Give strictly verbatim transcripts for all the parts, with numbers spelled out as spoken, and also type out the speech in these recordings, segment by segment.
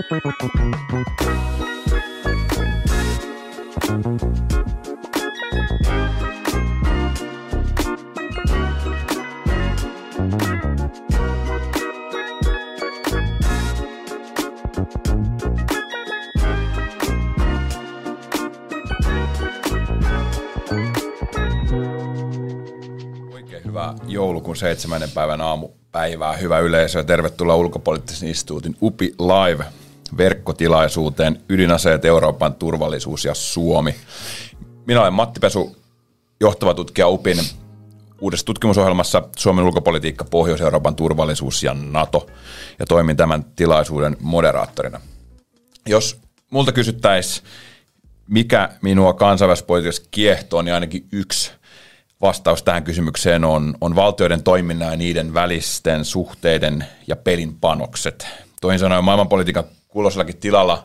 Oikein hyvää joulukuun seitsemännen päivän aamupäivää, hyvä yleisö ja tervetuloa Ulkopoliittisen instituutin U P I Live-verkkotilaisuuteen Ydinaseet, Euroopan turvallisuus ja Suomi. Minä olen Matti Pesu, johtava tutkija U P I:n uudessa tutkimusohjelmassa Suomen ulkopolitiikka, Pohjois-Euroopan turvallisuus ja NATO, ja toimin tämän tilaisuuden moderaattorina. Jos multa kysyttäisiin, mikä minua kansainvälisessä politiikassa kiehtoo, niin ainakin yksi vastaus tähän kysymykseen on, on valtioiden toiminnan ja niiden välisten suhteiden ja pelin panokset. Toisin sanoen maailmanpolitiikan kulloisellakin tilalla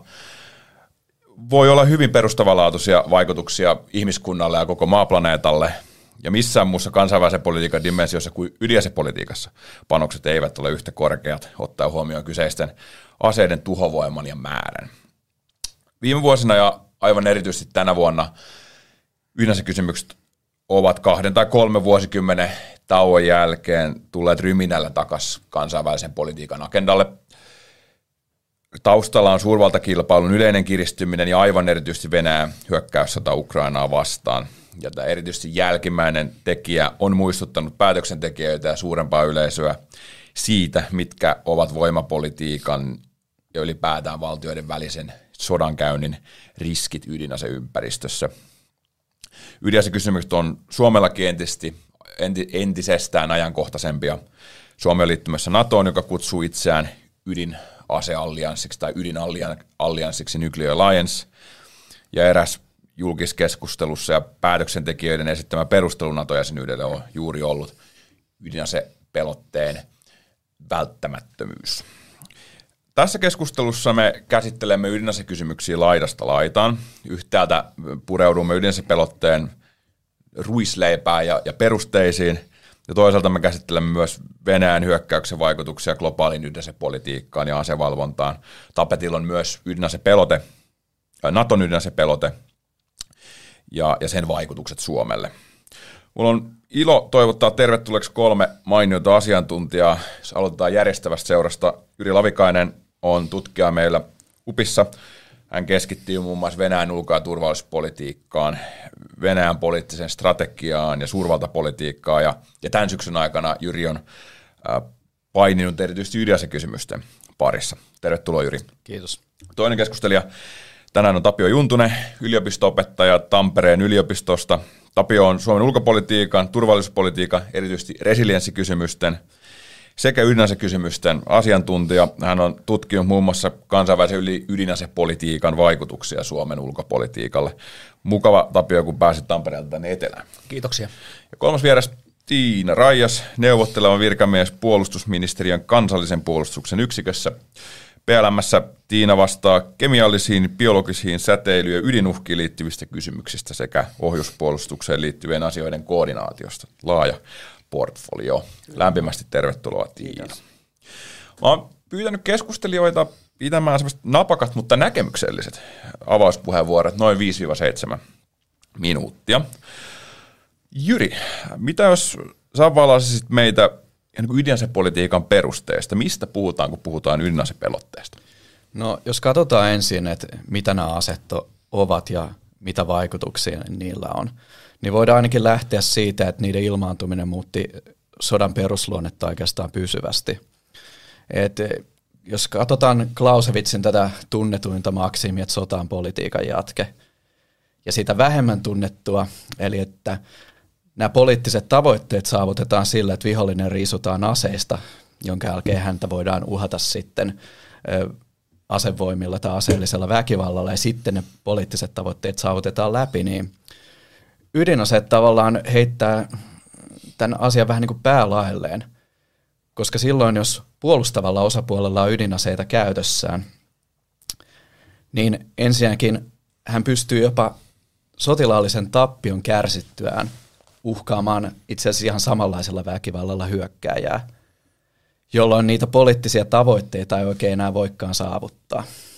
voi olla hyvin perustavanlaatuisia vaikutuksia ihmiskunnalle ja koko maaplaneetalle, ja missään muussa kansainvälisen politiikan dimensiossa kuin ydinasepolitiikassa panokset eivät ole yhtä korkeat, ottaen huomioon kyseisten aseiden tuhovoiman ja määrän. Viime vuosina ja aivan erityisesti tänä vuonna ydinasekysymykset ovat kahden tai kolmen vuosikymmenen tauon jälkeen tulleet ryminällä takaisin kansainvälisen politiikan agendalle. Taustalla on suurvaltakilpailun yleinen kiristyminen ja aivan erityisesti Venäjän hyökkäyssota Ukrainaa vastaan. Ja tämä erityisesti jälkimmäinen tekijä on muistuttanut päätöksentekijöitä ja suurempaa yleisöä siitä, mitkä ovat voimapolitiikan ja ylipäätään valtioiden välisen sodankäynnin riskit ydinaseympäristössä. Ydinasekysymykset on Suomellakin entisesti, entisestään ajankohtaisempia. Suomi on liittymässä NATOon, joka kutsuu itseään ydinaseallianssiksi tai ydinallianssiksi Nuclear Alliance, ja eräs julkiskeskustelussa ja päätöksentekijöiden esittämä perustelu NATO-jäsenyydelle on juuri ollut ydinasepelotteen välttämättömyys. Tässä keskustelussa me käsittelemme ydinasekysymyksiä laidasta laitaan. Yhtäältä pureudumme ydinasepelotteen ruisleipään ja, ja perusteisiin, ja toisaalta me käsittelemme myös Venäjän hyökkäyksen vaikutuksia globaaliin ydinasepolitiikkaan ja asevalvontaan. Tapetilla on myös ydinasepelote, NATOn ydinasepelote ja, ja sen vaikutukset Suomelle. Mulla on ilo toivottaa tervetulleeksi kolme mainiota asiantuntijaa. Jos aloitetaan järjestävästä seurasta. Jyri Lavikainen on tutkija meillä UPissa. Hän keskittyy muun muassa Venäjän ulko- ja turvallisuuspolitiikkaan, Venäjän poliittiseen strategiaan ja suurvaltapolitiikkaan. Ja, ja tämän syksyn aikana Jyri on äh, paininut erityisesti ydinasekysymysten parissa. Tervetuloa, Jyri. Kiitos. Toinen keskustelija tänään on Tapio Juntunen, yliopisto-opettaja Tampereen yliopistosta. Tapio on Suomen ulkopolitiikan, turvallisuuspolitiikan, erityisesti resilienssikysymysten sekä ydinasekysymysten asiantuntija. Hän on tutkinut muun muassa kansainvälisen ydinasepolitiikan vaikutuksia Suomen ulkopolitiikalle. Mukava, Tapio, kun pääsit Tampereelta tänne etelään. Kiitoksia. Ja kolmas vieras Tiina Raijas, neuvotteleva virkamies puolustusministeriön kansallisen puolustuksen yksikössä. P L M:ssä Tiina vastaa kemiallisiin, biologisiin, säteily- ja ydinuhkiin liittyvistä kysymyksistä sekä ohjuspuolustukseen liittyvien asioiden koordinaatiosta. Laaja portfolio. Lämpimästi tervetuloa, Tiina. Kiitos. Mä oon pyytänyt keskustelijoita pitämään sellaiset napakat, mutta näkemykselliset avauspuheenvuorot, noin viisi seitsemän minuuttia. Jyri, mitä jos sä valaisisit meitä ydinasepolitiikan perusteesta? Mistä puhutaan, kun puhutaan ydinasepelotteesta? No, jos katsotaan ensin, että mitä nämä aseet ovat ja mitä vaikutuksia niillä on, niin voidaan ainakin lähteä siitä, että niiden ilmaantuminen muutti sodan perusluonnetta oikeastaan pysyvästi. Et jos katsotaan Clausewitzin tätä tunnetuinta maksimia, että sota on politiikan jatke, ja sitä vähemmän tunnettua, eli että nämä poliittiset tavoitteet saavutetaan sillä, että vihollinen riisutaan aseista, jonka jälkeen häntä voidaan uhata sitten ö, asevoimilla tai aseellisella väkivallalla, ja sitten ne poliittiset tavoitteet saavutetaan läpi, niin ydinaseet tavallaan heittää tämän asian vähän niin kuin päälaelleen, koska silloin, jos puolustavalla osapuolella on ydinaseita käytössään, niin ensinnäkin hän pystyy jopa sotilaallisen tappion kärsittyään uhkaamaan itse asiassa ihan samanlaisella väkivallalla hyökkääjää, jolloin niitä poliittisia tavoitteita ei oikein enää voikaan saavuttaa.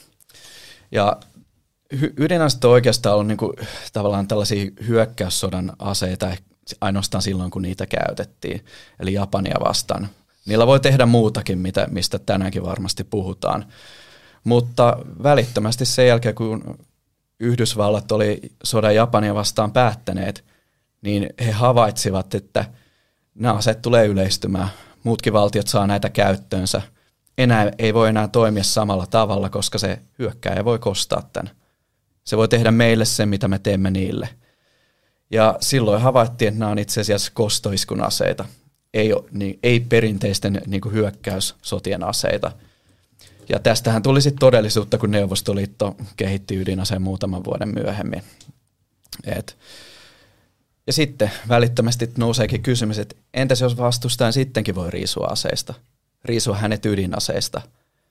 Ja hy- ydinaseet on oikeastaan ollut niin kuin, tavallaan tällaisia hyökkäyssodan aseita ainoastaan silloin, kun niitä käytettiin, eli Japania vastaan. Niillä voi tehdä muutakin, mitä, mistä tänäänkin varmasti puhutaan. Mutta välittömästi sen jälkeen, kun Yhdysvallat oli sodan Japania vastaan päättäneet, niin he havaitsivat, että nämä aseet tulee yleistymään. Muutkin valtiot saa näitä käyttöönsä. Enää ei voi enää toimia samalla tavalla, koska se hyökkääjä voi kostaa tämän. Se voi tehdä meille sen, mitä me teemme niille. Ja silloin havaittiin, että nämä on itse asiassa kostoiskun aseita. Ei, niin, ei perinteisten niin kuin hyökkäyssotien aseita. Ja tästähän tuli sitten todellisuutta, kun Neuvostoliitto kehitti ydinaseen muutaman vuoden myöhemmin. Et, ja sitten välittömästi nouseekin kysymys, että entäs jos vastustajan sittenkin voi riisua aseista, riisua hänet ydinaseista.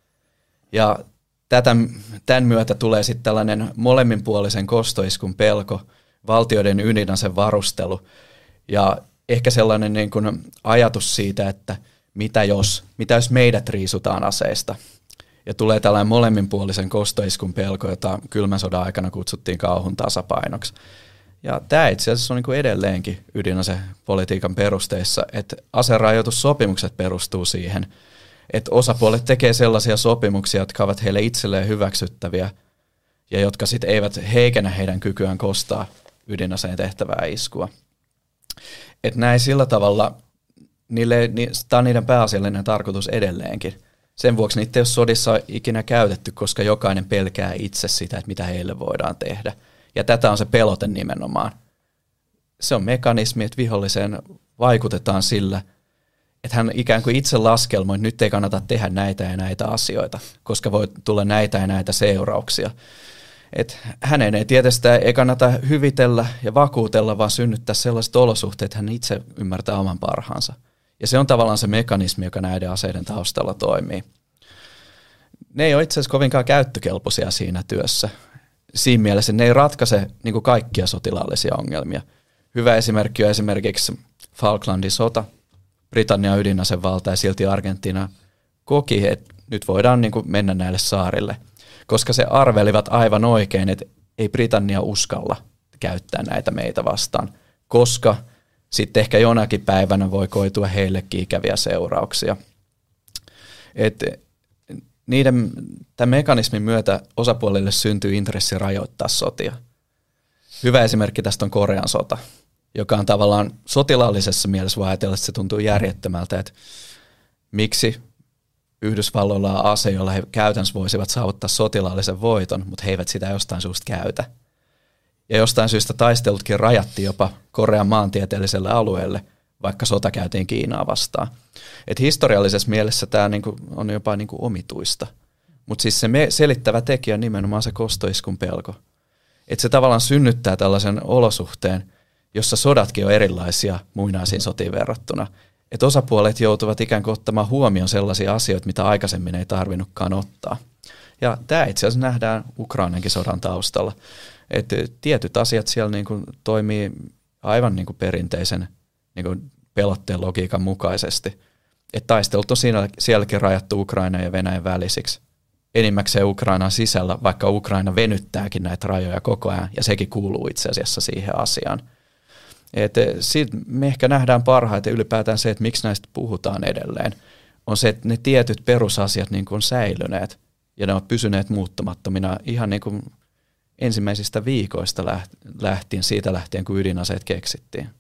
Ja tätä, tämän myötä tulee sitten tällainen molemminpuolisen kostoiskun pelko, valtioiden ydinaseen varustelu ja ehkä sellainen niin kuin ajatus siitä, että mitä jos, mitä jos meidät riisutaan aseista. Ja tulee tällainen molemminpuolisen kostoiskun pelko, jota kylmän sodan aikana kutsuttiin kauhun tasapainoksi. Ja tämä itse asiassa on niin kuin edelleenkin ydinasepolitiikan perusteissa, että aserajoitussopimukset perustuu siihen, että osapuolet tekee sellaisia sopimuksia, jotka ovat heille itselleen hyväksyttäviä ja jotka sitten eivät heikennä heidän kykyään kostaa ydinaseen tehtävää iskua. Että näin sillä tavalla, niille, tämä on niiden pääasiallinen tarkoitus edelleenkin. Sen vuoksi niitä ei ole sodissa ikinä käytetty, koska jokainen pelkää itse sitä, että mitä heille voidaan tehdä. Ja tätä on se pelote nimenomaan. Se on mekanismi, että viholliseen vaikutetaan sillä, että hän ikään kuin itse laskelmoi, että nyt ei kannata tehdä näitä ja näitä asioita, koska voi tulla näitä ja näitä seurauksia. Että hänen ei tietysti ei kannata hyvitellä ja vakuutella, vaan synnyttää sellaiset olosuhteet, että hän itse ymmärtää oman parhaansa. Ja se on tavallaan se mekanismi, joka näiden aseiden taustalla toimii. Ne ei ole itse asiassa kovinkaan käyttökelpoisia siinä työssä. Siinä mielessä ne ei ratkaise niin kuin kaikkia sotilaallisia ongelmia. Hyvä esimerkki on esimerkiksi Falklandin sota. Britannian ydinasevalta ja silti Argentiina koki, että nyt voidaan niin kuin mennä näille saarille. Koska se arvelivat aivan oikein, että ei Britannia uskalla käyttää näitä meitä vastaan, koska sitten ehkä jonakin päivänä voi koitua heillekin ikäviä seurauksia. Et niiden, tämän mekanismin myötä osapuolille syntyy intressi rajoittaa sotia. Hyvä esimerkki tästä on Korean sota, joka on tavallaan sotilaallisessa mielessä voi ajatella, että se tuntuu järjettömältä, että miksi Yhdysvalloilla on ase, jolla he käytännössä voisivat saavuttaa sotilaallisen voiton, mutta he eivät sitä jostain syystä käytä. Ja jostain syystä taistelutkin rajattiin jopa Korean maantieteelliselle alueelle, vaikka sota käytiin Kiinaa vastaan. Et historiallisessa mielessä tämä niinku on jopa niinku omituista. Mutta siis se selittävä tekijä on nimenomaan se kostoiskun pelko. Että se tavallaan synnyttää tällaisen olosuhteen, jossa sodatkin on erilaisia muinaisiin sotiin verrattuna. Että osapuolet joutuvat ikään kuin ottamaan huomioon sellaisia asioita, mitä aikaisemmin ei tarvinnutkaan ottaa. Ja tämä itse asiassa nähdään Ukrainankin sodan taustalla. Että tietyt asiat siellä niin kuin toimii aivan niin kuin perinteisen niin kuin pelotteen logiikan mukaisesti. Että taistelut on siinä, sielläkin rajattu Ukraina ja Venäjän välisiksi. Enimmäkseen Ukrainan sisällä, vaikka Ukraina venyttääkin näitä rajoja koko ajan, ja sekin kuuluu itse asiassa siihen asiaan. Että siitä me ehkä nähdään parhaiten ylipäätään se, että miksi näistä puhutaan edelleen, on se, että ne tietyt perusasiat niin kuin on säilyneet, ja ne ovat pysyneet muuttumattomina ihan niin kuin ensimmäisistä viikoista lähtien, siitä lähtien, kun ydinaseet keksittiin.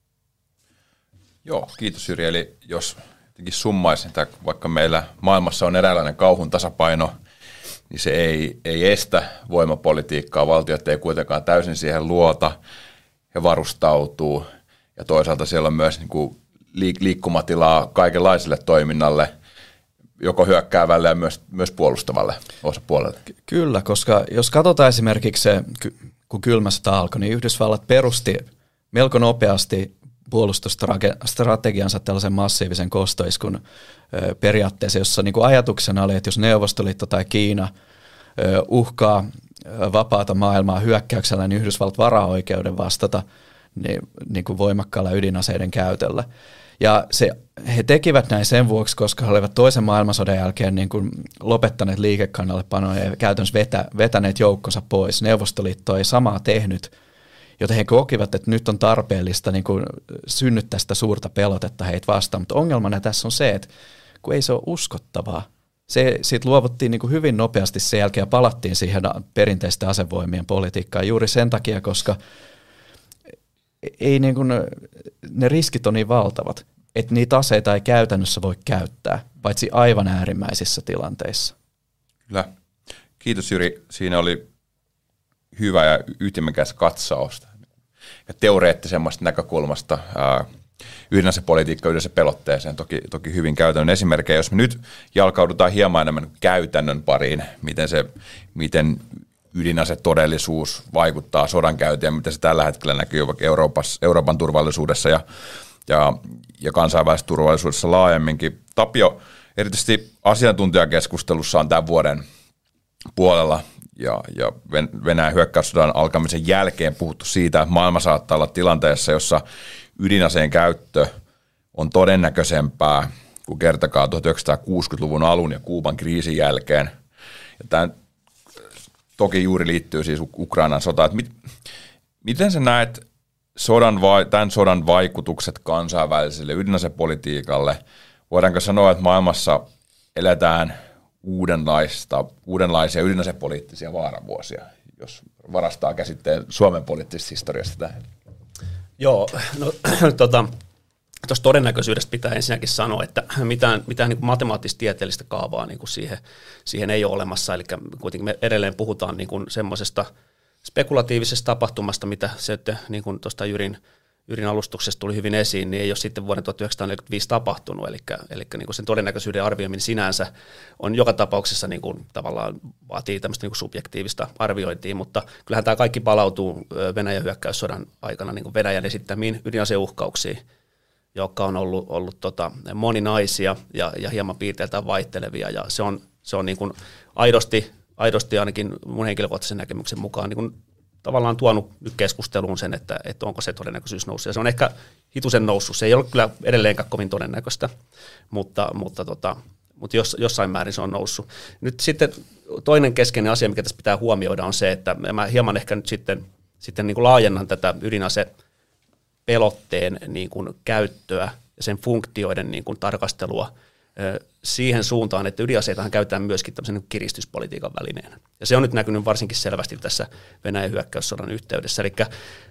Joo, kiitos Jyri. Eli jos jotenkin summaisin, että vaikka meillä maailmassa on eräänlainen kauhun tasapaino, niin se ei, ei estä voimapolitiikkaa. Valtiot ei kuitenkaan täysin siihen luota. He varustautuu ja toisaalta siellä on myös niin kuin liikkumatilaa kaikenlaiselle toiminnalle, joko hyökkäävälle ja myös, myös puolustavalle osapuolelle. Kyllä, koska jos katsotaan esimerkiksi se, kun kylmä sota alkoi, niin Yhdysvallat perusti melko nopeasti puolustusstrategiansa tällaisen massiivisen kostoiskun periaatteessa, jossa niin kuin ajatuksena oli, että jos Neuvostoliitto tai Kiina uhkaa vapaata maailmaa hyökkäyksellä, niin Yhdysvallat varaa oikeuden vastata niin, niin kuin voimakkaalla ydinaseiden käytöllä. Ja se, he tekivät näin sen vuoksi, koska he olivat toisen maailmansodan jälkeen niin kuin lopettaneet liikekannallepanoja ja käytännössä vetä, vetäneet joukkonsa pois. Neuvostoliitto ei samaa tehnyt, joten he kokivat, että nyt on tarpeellista niin kuin synnyttää sitä suurta pelotetta heitä vastaan. Mutta ongelmana tässä on se, että kun ei se ole uskottavaa. Se, siitä luovuttiin niin kuin hyvin nopeasti sen jälkeen ja palattiin siihen perinteisten asevoimien politiikkaan juuri sen takia, koska ei niin kuin, ne riskit on niin valtavat, että niitä aseita ei käytännössä voi käyttää, paitsi aivan äärimmäisissä tilanteissa. Kyllä. Kiitos Jyri. Siinä oli hyvä ja ytimekäs katsaus ja teoreettisemmasta näkökulmasta ää, ydinasepolitiikka yhdessä pelotteeseen, toki, toki hyvin käytännön esimerkkejä. Jos me nyt jalkaudutaan hieman enemmän käytännön pariin, miten, se, miten ydinasetodellisuus vaikuttaa sodankäyntiin ja miten se tällä hetkellä näkyy vaikka Euroopassa, Euroopan turvallisuudessa ja, ja, ja kansainvälisessä turvallisuudessa laajemminkin. Tapio, erityisesti asiantuntijakeskustelussa on tämän vuoden puolella ja, ja Venäjän hyökkäyssodan alkamisen jälkeen puhuttu siitä, että maailma saattaa olla tilanteessa, jossa ydinaseen käyttö on todennäköisempää kuin kertakaan tuhatyhdeksänsataakuusikymmentäluvun alun ja Kuuban kriisin jälkeen. Ja tämä toki juuri liittyy siis Ukrainan sotaan. Mit, miten sä näet sodan, tämän sodan vaikutukset kansainväliselle ydinasepolitiikalle? Voidaanko sanoa, että maailmassa eletään uudenlaista, uudenlaisia ydinasepoliittisia vaaravuosia, jos varastaa käsitteen Suomen poliittisesta historiasta tähän? Joo, no tota, tuosta todennäköisyydestä pitää ensinnäkin sanoa, että mitään, mitään niin kuin matemaattista-tieteellistä kaavaa niin kuin siihen, siihen ei ole olemassa, eli kuitenkin me edelleen puhutaan niin kuin semmoisesta spekulatiivisesta tapahtumasta, mitä se niin kuin tuosta Jyrin, Jyrin alustuksesta tuli hyvin esiin, niin ei ole sitten vuoden tuhatyhdeksänsataaneljäkymmentäviisi tapahtunut, eli, eli niin kuin sen todennäköisyyden arvioiminen sinänsä on joka tapauksessa niin kuin, tavallaan vaatii tämmöistä niin kuin subjektiivista arviointia, mutta kyllähän tämä kaikki palautuu Venäjän hyökkäyssodan aikana niin kuin Venäjän esittämiin ydinaseuhkauksiin, jotka on ollut, ollut tota, moninaisia ja, ja hieman piirteiltään vaihtelevia, ja se on, se on niin kuin aidosti, aidosti ainakin mun henkilökohtaisen näkemyksen mukaan niin kuin tavallaan tuonut nyt keskusteluun sen, että, että onko se todennäköisyys noussut. Ja se on ehkä hitusen noussut. Se ei ole kyllä edelleenkään kovin todennäköistä, mutta, mutta, tota, mutta jos, jossain määrin se on noussut. Nyt sitten toinen keskeinen asia, mikä tässä pitää huomioida, on se, että mä hieman ehkä nyt sitten, sitten niin kuin laajennan tätä ydinasepelotteen niin kuin käyttöä ja sen funktioiden niin kuin tarkastelua siihen suuntaan, että ydinaseitahan käytetään myöskin tämmöisen kiristyspolitiikan välineenä. Ja se on nyt näkynyt varsinkin selvästi tässä Venäjän hyökkäyssodan yhteydessä. Eli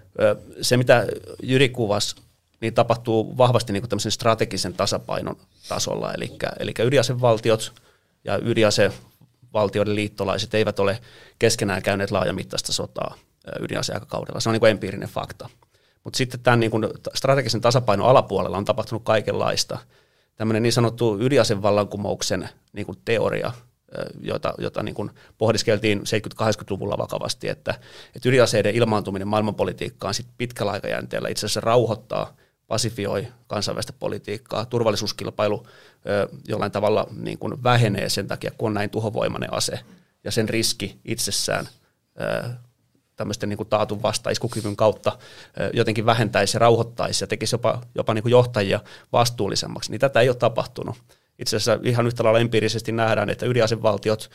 se, mitä Jyri kuvasi, niin tapahtuu vahvasti niin kuin tämmöisen strategisen tasapainon tasolla. Eli, eli ydinasevaltiot ja ydinasevaltioiden liittolaiset eivät ole keskenään käyneet laajamittaista sotaa ydinaseaikakaudella. Se on niin kuin empiirinen fakta. Mutta sitten tämän niin kuin strategisen tasapainon alapuolella on tapahtunut kaikenlaista. Tämmöinen niin sanottu ydinasevallankumouksen niin kuin teoria, jota, jota niin kuin pohdiskeltiin seitsemänkymmentä-kahdeksankymmentäluvulla vakavasti, että, että ydinaseiden ilmaantuminen maailmanpolitiikkaan sit pitkällä aikajänteellä itse asiassa rauhoittaa, pasifioi kansainvälistä politiikkaa, turvallisuuskilpailu jollain tavalla niin kuin vähenee sen takia, kun on näin tuhovoimainen ase, ja sen riski itsessään tämmöisten niin kuin taatun vastaiskukyvyn kautta jotenkin vähentäisi ja rauhoittaisi ja tekisi jopa, jopa niin kuin johtajia vastuullisemmaksi, niin tätä ei ole tapahtunut. Itse asiassa ihan yhtä lailla empiirisesti nähdään, että ydinasevaltiot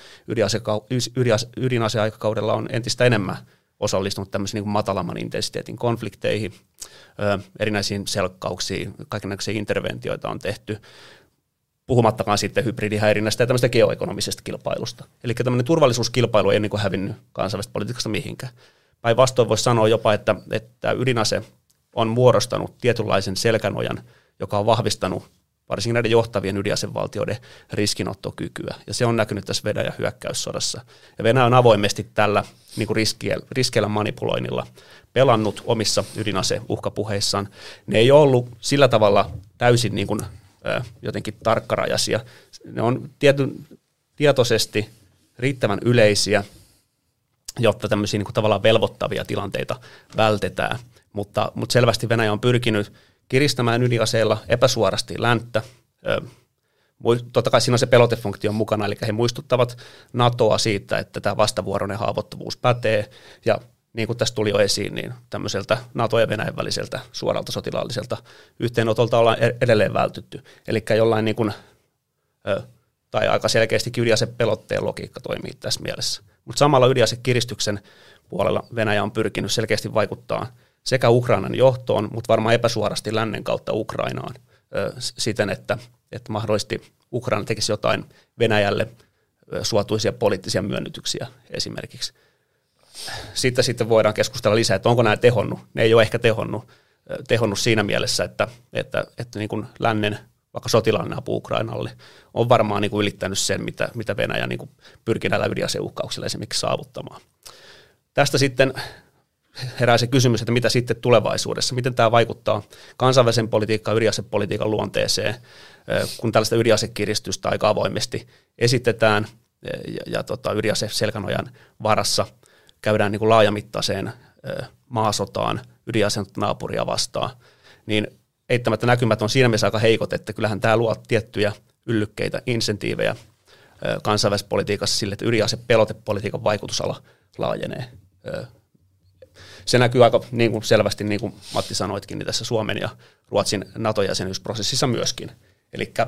ydinaseaikakaudella on entistä enemmän osallistunut tämmöisiin niin kuin matalamman intensiteetin konflikteihin, erinäisiin selkkauksiin, kaikenlaisia interventioita on tehty, puhumattakaan sitten hybridihäirinnästä ja tämmöistä geoekonomisesta kilpailusta. Eli tämmöinen turvallisuuskilpailu ei ole niin kuin hävinnyt kansainvälisestä politiikasta mihinkään. Päinvastoin voisi sanoa jopa, että, että ydinase on muodostanut tietynlaisen selkänojan, joka on vahvistanut varsinkin näiden johtavien ydinasevaltioiden riskinottokykyä. Ja se on näkynyt tässä Venäjän hyökkäyssodassa. Ja Venäjä on avoimesti tällä niin kuin riskeillä, riskeillä manipuloinnilla pelannut omissa ydinaseuhkapuheissaan. Ne ei ole ollut sillä tavalla täysin niin kuin jotenkin tarkkarajaisia. Ne on tietyn, tietoisesti riittävän yleisiä, jotta tämmöisiä niin kuin tavallaan velvoittavia tilanteita vältetään. Mutta, mutta selvästi Venäjä on pyrkinyt kiristämään ydinaseilla epäsuorasti länttä. Totta kai siinä on se pelotefunktio mukana, eli he muistuttavat NATOa siitä, että tämä vastavuoroinen haavoittuvuus pätee, ja niin kuin tässä tuli jo esiin, niin tämmöiseltä NATO ja Venäjän väliseltä suoralta sotilaalliselta yhteenotolta ollaan edelleen vältytty. Eli jollain niin kuin, tai aika selkeästi ydinasepelotteen logiikka toimii tässä mielessä. Mutta samalla ydinasekiristyksen puolella Venäjä on pyrkinyt selkeästi vaikuttaa sekä Ukrainan johtoon, mutta varmaan epäsuorasti lännen kautta Ukrainaan siten, että, että mahdollisesti Ukraina tekisi jotain Venäjälle suotuisia poliittisia myönnytyksiä esimerkiksi. Sitten, sitten voidaan keskustella lisää, että onko nämä tehonnut. Ne ei ole ehkä tehonnut, tehonnut siinä mielessä, että, että, että niin kuin lännen vaikka sotilaallinen apu Ukrainalle on varmaan niin kuin ylittänyt sen, mitä, mitä Venäjä niin kuin pyrkii näillä ydinaseuhkauksilla esimerkiksi saavuttamaan. Tästä sitten herää se kysymys, että mitä sitten tulevaisuudessa, miten tämä vaikuttaa kansainvälisen politiikan, ydinasepolitiikan luonteeseen, kun tällaista ydinasekiristystä aika avoimesti esitetään ja, ja tota, ydinaseselkänojan varassa käydään niin kuin laajamittaiseen maasotaan ydinaseen naapuria vastaan, niin eittämättä näkymät on siinä mielessä aika heikot, että kyllähän tämä luo tiettyjä yllykkeitä, insentiivejä kansainvälisessä politiikassa sille, että ydinasepelotepolitiikan vaikutusala laajenee. Se näkyy aika niin kuin selvästi, niin kuin Matti sanoitkin, niin tässä Suomen ja Ruotsin NATO-jäsenyysprosessissa myöskin. Elikkä,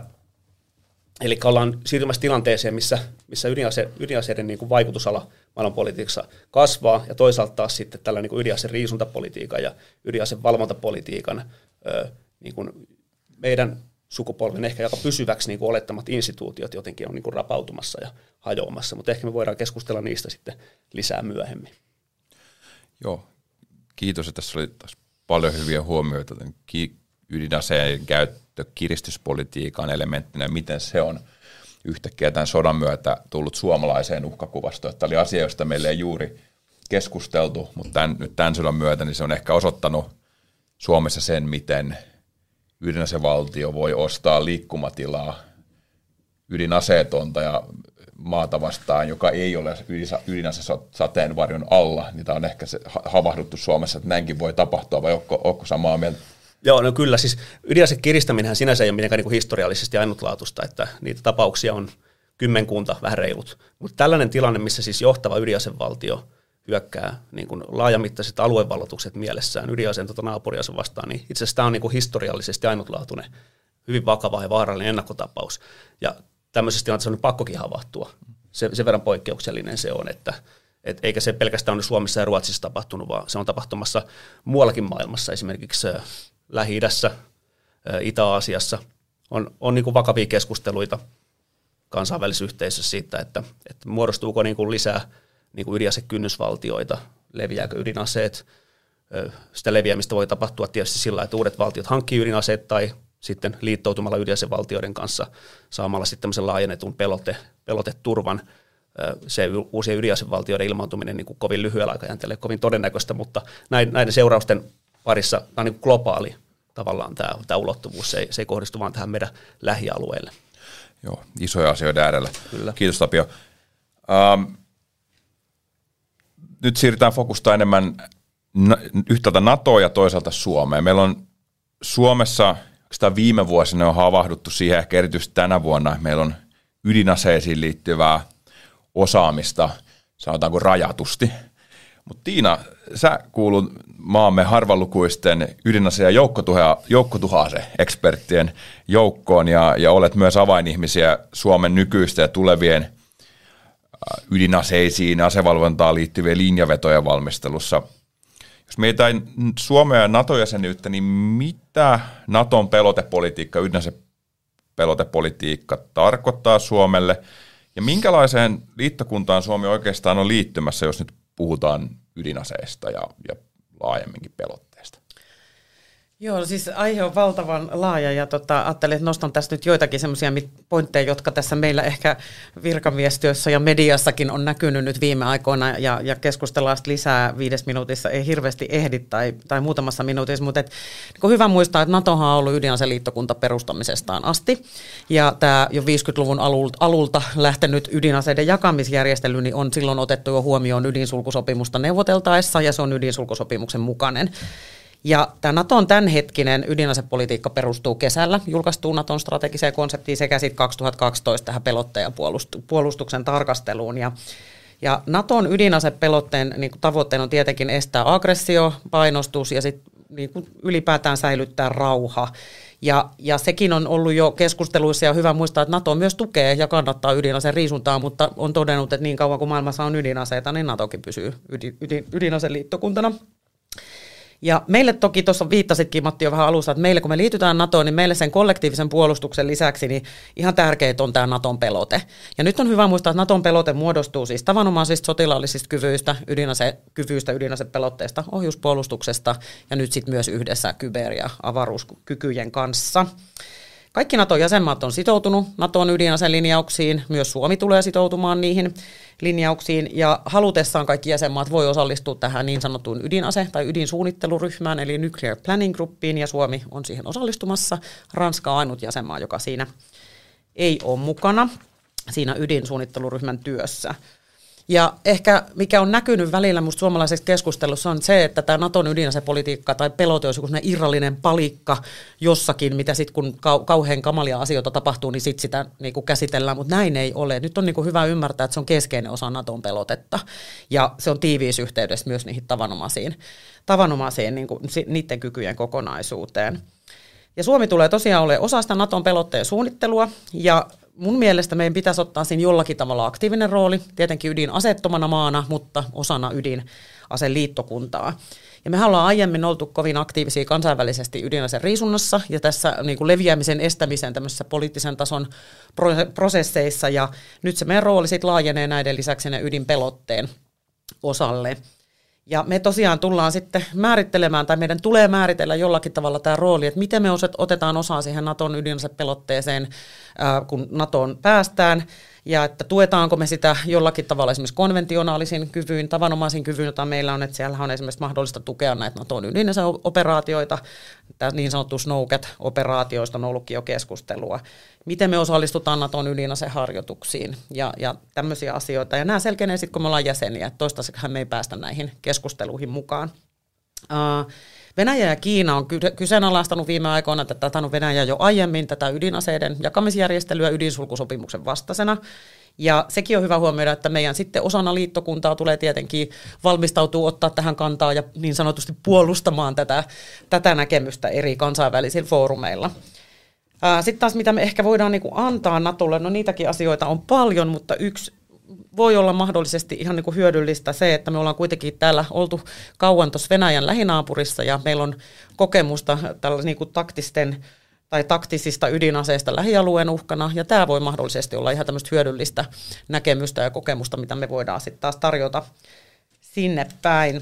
eli ollaan siirtymässä tilanteeseen, missä, missä ydinase, ydinaseiden niin kuin vaikutusala maailmanpolitiikassa kasvaa, ja toisaalta taas sitten tällä niin kuin ydinaseen riisuntapolitiikan ja ydinaseen valvontapolitiikan ö, niin kuin meidän sukupolven ehkä aika pysyväksi niin kuin olettamat instituutiot jotenkin on niin kuin rapautumassa ja hajoamassa, mutta ehkä me voidaan keskustella niistä sitten lisää myöhemmin. Joo, kiitos, että tässä oli taas paljon hyviä huomioita. Ydinaseen käyttö kiristyspolitiikan elementtinä, miten se on yhtäkkiä tämän sodan myötä tullut suomalaiseen uhkakuvastoon. Tämä oli asia, josta meillä ei juuri keskusteltu, mutta tämän, nyt tämän sodan myötä niin se on ehkä osoittanut Suomessa sen, miten ydinasevaltio voi ostaa liikkumatilaa ydinaseetonta ja maata vastaan, joka ei ole ydinasesateenvarjon alla, niin tämä on ehkä se havahduttu Suomessa, että näinkin voi tapahtua, vai onko, onko samaa mieltä? Joo, no kyllä, siis ydinaseen kiristäminenhän sinänsä ei ole mitenkään niin kuin historiallisesti ainutlaatuista, että niitä tapauksia on kymmenkunta, vähän reilut, mutta tällainen tilanne, missä siis johtava ydinasevaltio hyökkää niin kuin laajamittaiset aluevalloitukset mielessään ydinaseen tota naapuriansa vastaan, niin itse asiassa tämä on niin kuin historiallisesti ainutlaatuinen, hyvin vakava ja vaarallinen ennakkotapaus, ja tämmöisessä tilanteessa on pakkokin havahtua. Se, sen verran poikkeuksellinen se on, että et eikä se pelkästään ole Suomessa ja Ruotsissa tapahtunut, vaan se on tapahtumassa muuallakin maailmassa, esimerkiksi Lähi-idässä, Itä-Aasiassa. On, on niin kuin vakavia keskusteluita kansainvälisessä yhteisössä siitä, että, että muodostuuko niin kuin lisää niin kuin ydinasekynnysvaltioita, leviääkö ydinaseet. Sitä leviämistä voi tapahtua tietysti sillä, että uudet valtiot hankkii ydinaseet tai sitten liittoutumalla ydinasevaltioiden kanssa saamalla sitten tämmöisen laajennetun pelote, peloteturvan. Se uusien ydinasevaltioiden ilmaantuminen niin kuin kovin lyhyellä aikajänteellä, kovin todennäköistä, mutta näiden seurausten parissa tämä on niin kuin globaali tavallaan tämä, tämä ulottuvuus. Se ei, se ei kohdistu vaan tähän meidän lähialueelle. Joo, isoja asioita äärellä. Kyllä. Kiitos Tapio. Ähm, nyt siirrytään fokusta enemmän yhtäältä NATOa ja toisaalta Suomeen. Meillä on Suomessa viime vuosina on havahduttu siihen, ehkä erityisesti tänä vuonna, meillä on ydinaseisiin liittyvää osaamista, sanotaanko rajatusti. Mutta Tiina, sä kuulut maamme harvalukuisten ydinase- ja joukkotuha-ase-eksperttien joukkoon ja, ja olet myös avainihmisiä Suomen nykyistä ja tulevien ydinaseisiin, asevalvontaan liittyvien linjavetojen valmistelussa. Jos mietitään Suomea ja NATO-jäsenyyttä, niin mitä Naton pelotepolitiikka, ydinasepelotepolitiikka tarkoittaa Suomelle ja minkälaiseen liittokuntaan Suomi oikeastaan on liittymässä, jos nyt puhutaan ydinaseista ja, ja laajemminkin pelotteesta? Joo, siis aihe on valtavan laaja ja tota, ajattelin, että nostan tästä nyt joitakin semmoisia pointteja, jotka tässä meillä ehkä virkamiestyössä ja mediassakin on näkynyt nyt viime aikoina ja, ja keskustellaan lisää viides minuutissa, ei hirveästi ehdi tai, tai muutamassa minuutissa, mutta et, niin hyvä muistaa, että NATOhan on ollut ydinaseliittokunta perustamisestaan asti ja tämä jo viisikymmentäluvun alulta, alulta lähtenyt ydinaseiden jakamisjärjestely niin on silloin otettu jo huomioon ydinsulkusopimusta neuvoteltaessa ja se on ydinsulkusopimuksen mukainen. Ja tämä Naton tämänhetkinen ydinasepolitiikka perustuu kesällä julkaistuun Naton strategiseen konseptiin sekä sitten kaksituhattakaksitoista tähän pelotteen ja puolustuksen tarkasteluun. Ja, Ja Naton ydinasepelotteen niin kuin tavoitteena on tietenkin estää aggressio, painostus ja sit, niin kuin ylipäätään säilyttää rauha. Ja, ja sekin on ollut jo keskusteluissa ja hyvä muistaa, että NATO myös tukee ja kannattaa ydinaseen riisuntaa, mutta on todennut, että niin kauan kuin maailmassa on ydinaseita, niin NATOkin pysyy ydin, ydin, ydinaseliittokuntana. Ja meille toki tuossa viittasitkin Matti jo vähän alussa, että meille kun me liitytään NATOon, niin meille sen kollektiivisen puolustuksen lisäksi niin ihan tärkeää on tämä NATOn pelote. Ja nyt on hyvä muistaa, että NATOn pelote muodostuu siis tavanomaisista sotilaallisista kyvyistä, ydinasekyvyistä, ydinasepelotteista, ohjuspuolustuksesta ja nyt sitten myös yhdessä kyber- ja avaruuskykyjen kanssa. Kaikki NATOn jäsenmaat on sitoutunut NATOn ydinaselinjauksiin, myös Suomi tulee sitoutumaan niihin linjauksiin, ja halutessaan kaikki jäsenmaat voi osallistua tähän niin sanottuun ydinase- tai ydinsuunnitteluryhmään, eli Nuclear Planning Groupiin, ja Suomi on siihen osallistumassa. Ranska on ainut jäsenmaa, joka siinä ei ole mukana, siinä ydinsuunnitteluryhmän työssä. Ja ehkä mikä on näkynyt välillä musta suomalaisessa keskustelussa on se, että tämä Naton ydinasepolitiikka tai pelote olisi joku irrallinen palikka jossakin, mitä sitten kun kau- kauhean kamalia asioita tapahtuu, niin sitten sitä niinku käsitellään, mutta näin ei ole. Nyt on niinku hyvä ymmärtää, että se on keskeinen osa Naton pelotetta ja se on tiiviissä yhteydessä myös niihin tavanomaisiin, tavanomaisiin niinku, niiden kykyjen kokonaisuuteen. Ja Suomi tulee tosiaan olemaan osa sitä Naton pelotteen suunnittelua ja mun mielestä meidän pitäisi ottaa siinä jollakin tavalla aktiivinen rooli, tietenkin ydinaseettomana maana, mutta osana ydinaseliittokuntaa. Ja mehän ollaan aiemmin oltu kovin aktiivisia kansainvälisesti ydinaseen riisunnassa ja tässä niin kuin leviämisen estämisen tämmöisissä poliittisen tason prosesseissa, ja nyt se meidän rooli sitten laajenee näiden lisäksi ne ydinpelotteen osalle. Ja me tosiaan tullaan sitten määrittelemään, tai meidän tulee määritellä jollakin tavalla tämä rooli, että miten me otetaan osaa siihen Naton ydinasepelotteeseen, kun NATOon päästään, ja että tuetaanko me sitä jollakin tavalla esimerkiksi konventionaalisin kyvyin, tavanomaisin kyvyin, jota meillä on, että siellä on esimerkiksi mahdollista tukea näitä Naton ydinaseoperaatioita, tämä niin sanottu Snowcat-operaatioista on ollutkin jo keskustelua, miten me osallistutaan Naton ydinaseharjoituksiin ja, ja tämmöisiä asioita. Ja nämä selkenee sitten, kun me ollaan jäseniä, että toistaiseksi me ei päästä näihin keskusteluihin mukaan. Uh, Venäjä ja Kiina on kyseenalaistanut viime aikoina, että tätä on Venäjä jo aiemmin, tätä ydinaseiden jakamisjärjestelyä ydinsulkusopimukseen vastaisena. Ja sekin on hyvä huomioida, että meidän sitten osana liittokuntaa tulee tietenkin valmistautua ottaa tähän kantaa ja niin sanotusti puolustamaan tätä, tätä näkemystä eri kansainvälisillä foorumeilla. Sitten taas mitä me ehkä voidaan niin kuin antaa NATOlle, no niitäkin asioita on paljon, mutta yksi voi olla mahdollisesti ihan niin kuin hyödyllistä se, että me ollaan kuitenkin täällä oltu kauan tuossa Venäjän lähinaapurissa ja meillä on kokemusta tällä niin kuin taktisten tai taktisista ydinaseista lähialueen uhkana, ja tämä voi mahdollisesti olla ihan tämmöistä hyödyllistä näkemystä ja kokemusta, mitä me voidaan sitten taas tarjota sinne päin.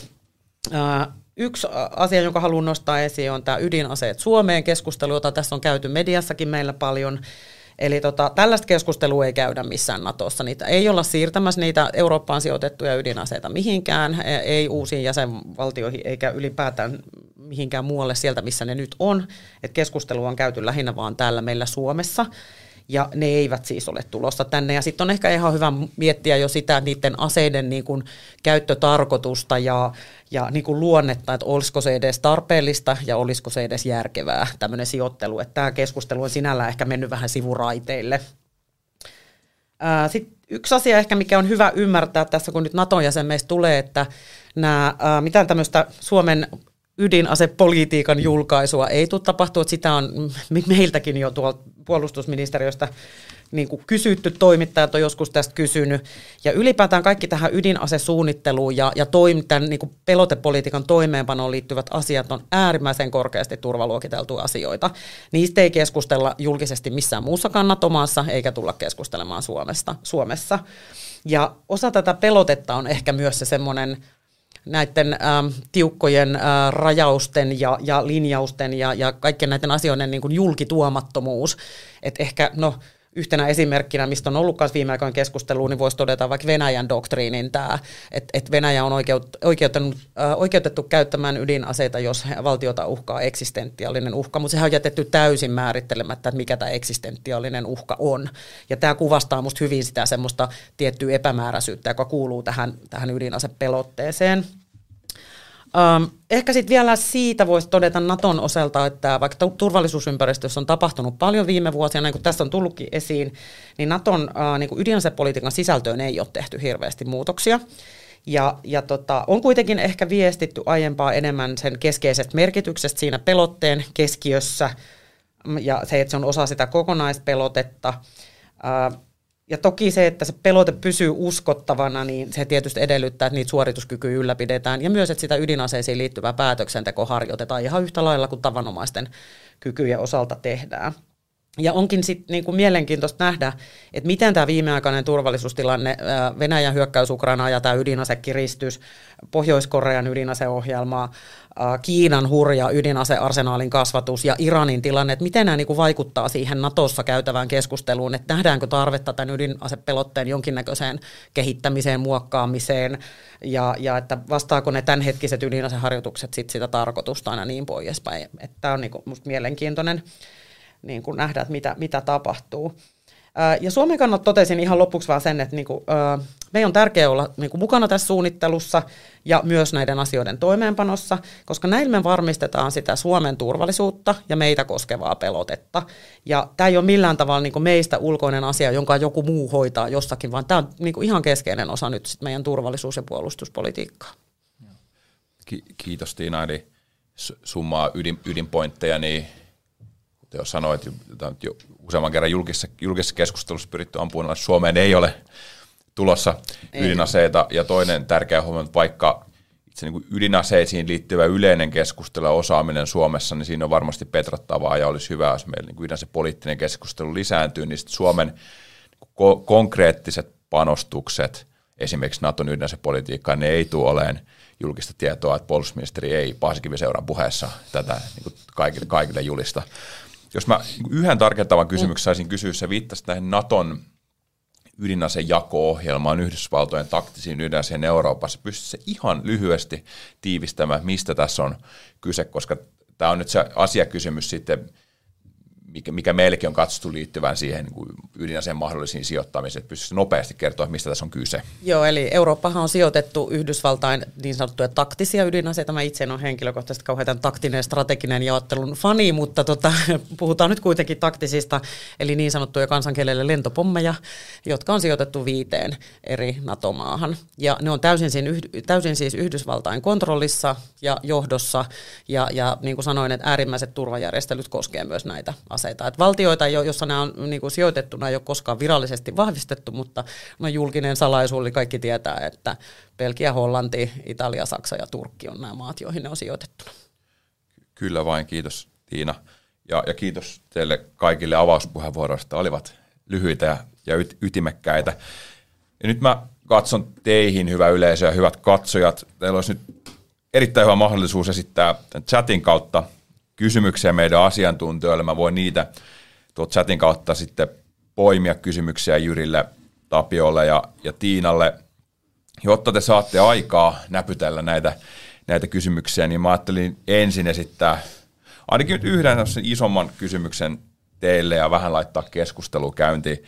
Yksi asia, jonka haluan nostaa esiin, on tämä ydinaseet Suomeen keskustelu, jota tässä on käyty mediassakin meillä paljon. Eli tota, tällaista keskustelua ei käydä missään NATOssa. Niitä ei olla siirtämässä niitä Eurooppaan sijoitettuja ydinaseita mihinkään, ei uusiin jäsenvaltioihin eikä ylipäätään mihinkään muualle sieltä, missä ne nyt on. Et keskustelua on käyty lähinnä vaan täällä meillä Suomessa. Ja ne eivät siis ole tulossa tänne. Ja sitten on ehkä ihan hyvä miettiä jo sitä niiden aseiden niin kuin käyttötarkoitusta ja, ja niin kuin luonnetta, että olisiko se edes tarpeellista ja olisiko se edes järkevää tämmöinen sijoittelu. Että tämä keskustelu on sinällään ehkä mennyt vähän sivuraiteille. Sitten yksi asia ehkä, mikä on hyvä ymmärtää tässä, kun nyt Naton jäsen meistä tulee, että nämä, mitään tämmöistä Suomen ydinasepolitiikan julkaisua ei tule tapahtua, että sitä on meiltäkin jo tuolta puolustusministeriöstä niin kuin kysytty, toimittajat on joskus tästä kysynyt, ja ylipäätään kaikki tähän ydinasesuunnitteluun ja, ja toim, tämän niin kuin pelotepolitiikan toimeenpanoon liittyvät asiat on äärimmäisen korkeasti turvaluokiteltuja asioita. Niistä ei keskustella julkisesti missään muussakaan NATO-maassa, eikä tulla keskustelemaan Suomesta, Suomessa. Ja osa tätä pelotetta on ehkä myös se semmoinen näiden ähm, tiukkojen äh, rajausten ja, ja linjausten ja, ja kaikkien näiden asioiden niin kuin julkituomattomuus. Että ehkä no, yhtenä esimerkkinä, mistä on ollut myös viime aikoina keskustelua, niin voisi todeta vaikka Venäjän doktriinin tämä, että et Venäjä on oikeut, oikeutettu, äh, oikeutettu käyttämään ydinaseita, jos valtiota uhkaa eksistentiaalinen uhka, mutta sehän on jätetty täysin määrittelemättä, että mikä tämä eksistentiaalinen uhka on. Ja tämä kuvastaa musta hyvin sitä semmoista tiettyä epämääräisyyttä, joka kuuluu tähän, tähän ydinasepelotteeseen. Ähm, ehkä sitten vielä siitä voisi todeta Naton osalta, että vaikka turvallisuusympäristössä on tapahtunut paljon viime vuosina, niin kuin tässä on tullutkin esiin, niin Naton äh, niin kuin ydinasepolitiikan sisältöön ei ole tehty hirveästi muutoksia. Ja, ja tota, on kuitenkin ehkä viestitty aiempaa enemmän sen keskeisestä merkityksestä siinä pelotteen keskiössä ja se, että se on osa sitä kokonaispelotetta. Äh, Ja toki se, että se pelote pysyy uskottavana, niin se tietysti edellyttää, että niitä suorituskykyjä ylläpidetään ja myös, että sitä ydinaseisiin liittyvää päätöksentekoa harjoitetaan ihan yhtä lailla kuin tavanomaisten kykyjen osalta tehdään. Ja onkin sitten niinku mielenkiintoista nähdä, että miten tämä viimeaikainen turvallisuustilanne, Venäjän hyökkäys Ukrainaan ja tämä ydinasekiristys, Pohjois-Korean ydinaseohjelma, Kiinan hurja ydinasearsenaalin kasvatus ja Iranin tilanne, että miten nämä niinku vaikuttaa siihen Natossa käytävään keskusteluun, että nähdäänkö tarvetta tämän ydinasepelotteen jonkinnäköiseen kehittämiseen, muokkaamiseen ja, ja että vastaako ne tämänhetkiset ydinaseharjoitukset sit sitä tarkoitusta ja niin poispäin. Tämä on niinku musta mielenkiintoinen niin kuin nähdä, että mitä, mitä tapahtuu. Ja Suomen kannalta totesin ihan lopuksi vaan sen, että niin kuin, meidän on tärkeää olla niin kuin mukana tässä suunnittelussa ja myös näiden asioiden toimeenpanossa, koska näillä me varmistetaan sitä Suomen turvallisuutta ja meitä koskevaa pelotetta. Ja tämä ei ole millään tavalla niin kuin meistä ulkoinen asia, jonka joku muu hoitaa jossakin, vaan tämä on niin kuin ihan keskeinen osa nyt sit meidän turvallisuus- ja puolustuspolitiikkaa. Ki- kiitos Tiina, eli summaa ydin, ydinpointteja, niin jos sanoit, että jo useamman kerran julkisessa, julkisessa keskustelussa pyritty ampumaan, että Suomeen ei ole tulossa ei. ydinaseita. Ja toinen tärkeä huomio, että vaikka itse niin kuin ydinaseisiin liittyvä yleinen keskustelu ja osaaminen Suomessa, niin siinä on varmasti petrattavaa ja olisi hyvä, jos meillä niin ydinasepoliittinen keskustelu lisääntyy, niin Suomen ko- konkreettiset panostukset esimerkiksi Naton ydinasepolitiikkaan, ne ei tule olemaan julkista tietoa, että puolustusministeri ei Paasikivi-seuran puheessa tätä niin kuin kaikille, kaikille julista. Jos mä yhden tarkentavan kysymyksen saisin kysyä, se viittasi näihin Naton ydinasejako-ohjelmaan, Yhdysvaltojen taktisiin ydinaseen Euroopassa. Pystytkö ihan lyhyesti tiivistämään, mistä tässä on kyse, koska tämä on nyt se asiakysymys sitten, mikä, mikä meillekin on katsottu liittyvän siihen niin ydinaseen mahdollisiin sijoittamiseen. Pystytkö nopeasti kertoa, mistä tässä on kyse? Joo, eli Eurooppahan on sijoitettu Yhdysvaltain niin sanottuja taktisia ydinaseita. Mä itse en ole henkilökohtaisesti kauhean taktinen ja strateginen jaottelun fani, mutta tota, puhutaan nyt kuitenkin taktisista, eli niin sanottuja kansankielelle lentopommeja, jotka on sijoitettu viiteen eri NATO-maahan. Ja ne on täysin, siinä, täysin siis Yhdysvaltain kontrollissa ja johdossa, ja, ja niin kuin sanoin, että äärimmäiset turvajärjestelyt koskee myös näitä aseita. Et valtioita, joissa nämä on niin kuin sijoitettuna, ei ole koskaan virallisesti vahvistettu, mutta no, julkinen salaisuus, eli kaikki tietää, että Belgia, Hollanti, Italia, Saksa ja Turkki on nämä maat, joihin ne on sijoitettuna. Kyllä vain, kiitos Tiina. Ja, ja kiitos teille kaikille avauspuheenvuoroista. Olivat lyhyitä ja, ja yt, ytimekkäitä. Ja nyt mä katson teihin, hyvä yleisö ja hyvät katsojat. Teillä olisi nyt erittäin hyvä mahdollisuus esittää tämän chatin kautta kysymyksiä meidän asiantuntijoille. Mä voin niitä tuon chatin kautta sitten poimia kysymyksiä Jyrille, Tapiolle ja, ja Tiinalle. Jotta te saatte aikaa näpytellä näitä, näitä kysymyksiä, niin mä ajattelin ensin esittää ainakin nyt yhden isomman kysymyksen teille ja vähän laittaa keskustelua käyntiin.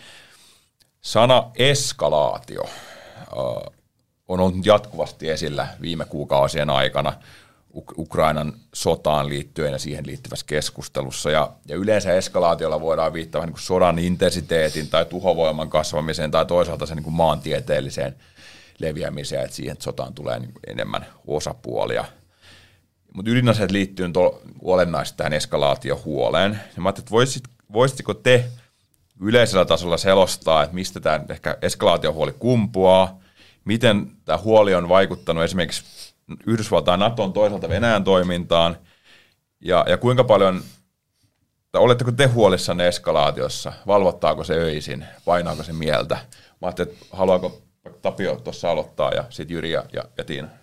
Sana eskalaatio uh, on ollut jatkuvasti esillä viime kuukausien aikana Ukrainan sotaan liittyen ja siihen liittyvässä keskustelussa. Ja, ja yleensä eskalaatiolla voidaan viittaa vähän niin kuin sodan intensiteetin tai tuhovoiman kasvamiseen tai toisaalta sen niin kuin maantieteelliseen leviämiseen, että siihen että sotaan tulee niin kuin enemmän osapuolia. Mutta ydinaseet liittyy to, olennaisesti tähän eskalaatiohuoleen. Ja mä ajattelin, että voisit, voisitko te yleisellä tasolla selostaa, että mistä tämä ehkä eskalaatiohuoli kumpuaa, miten tämä huoli on vaikuttanut esimerkiksi Yhdysvaltain Naton toisaalta Venäjän toimintaan, ja, ja kuinka paljon, tai oletteko te huolissanne eskalaatiossa, valvottaako se öisin, painaako se mieltä? Mä ajattelin, että haluaako Tapio tuossa aloittaa, ja sitten Jyri ja, ja, ja Tiina.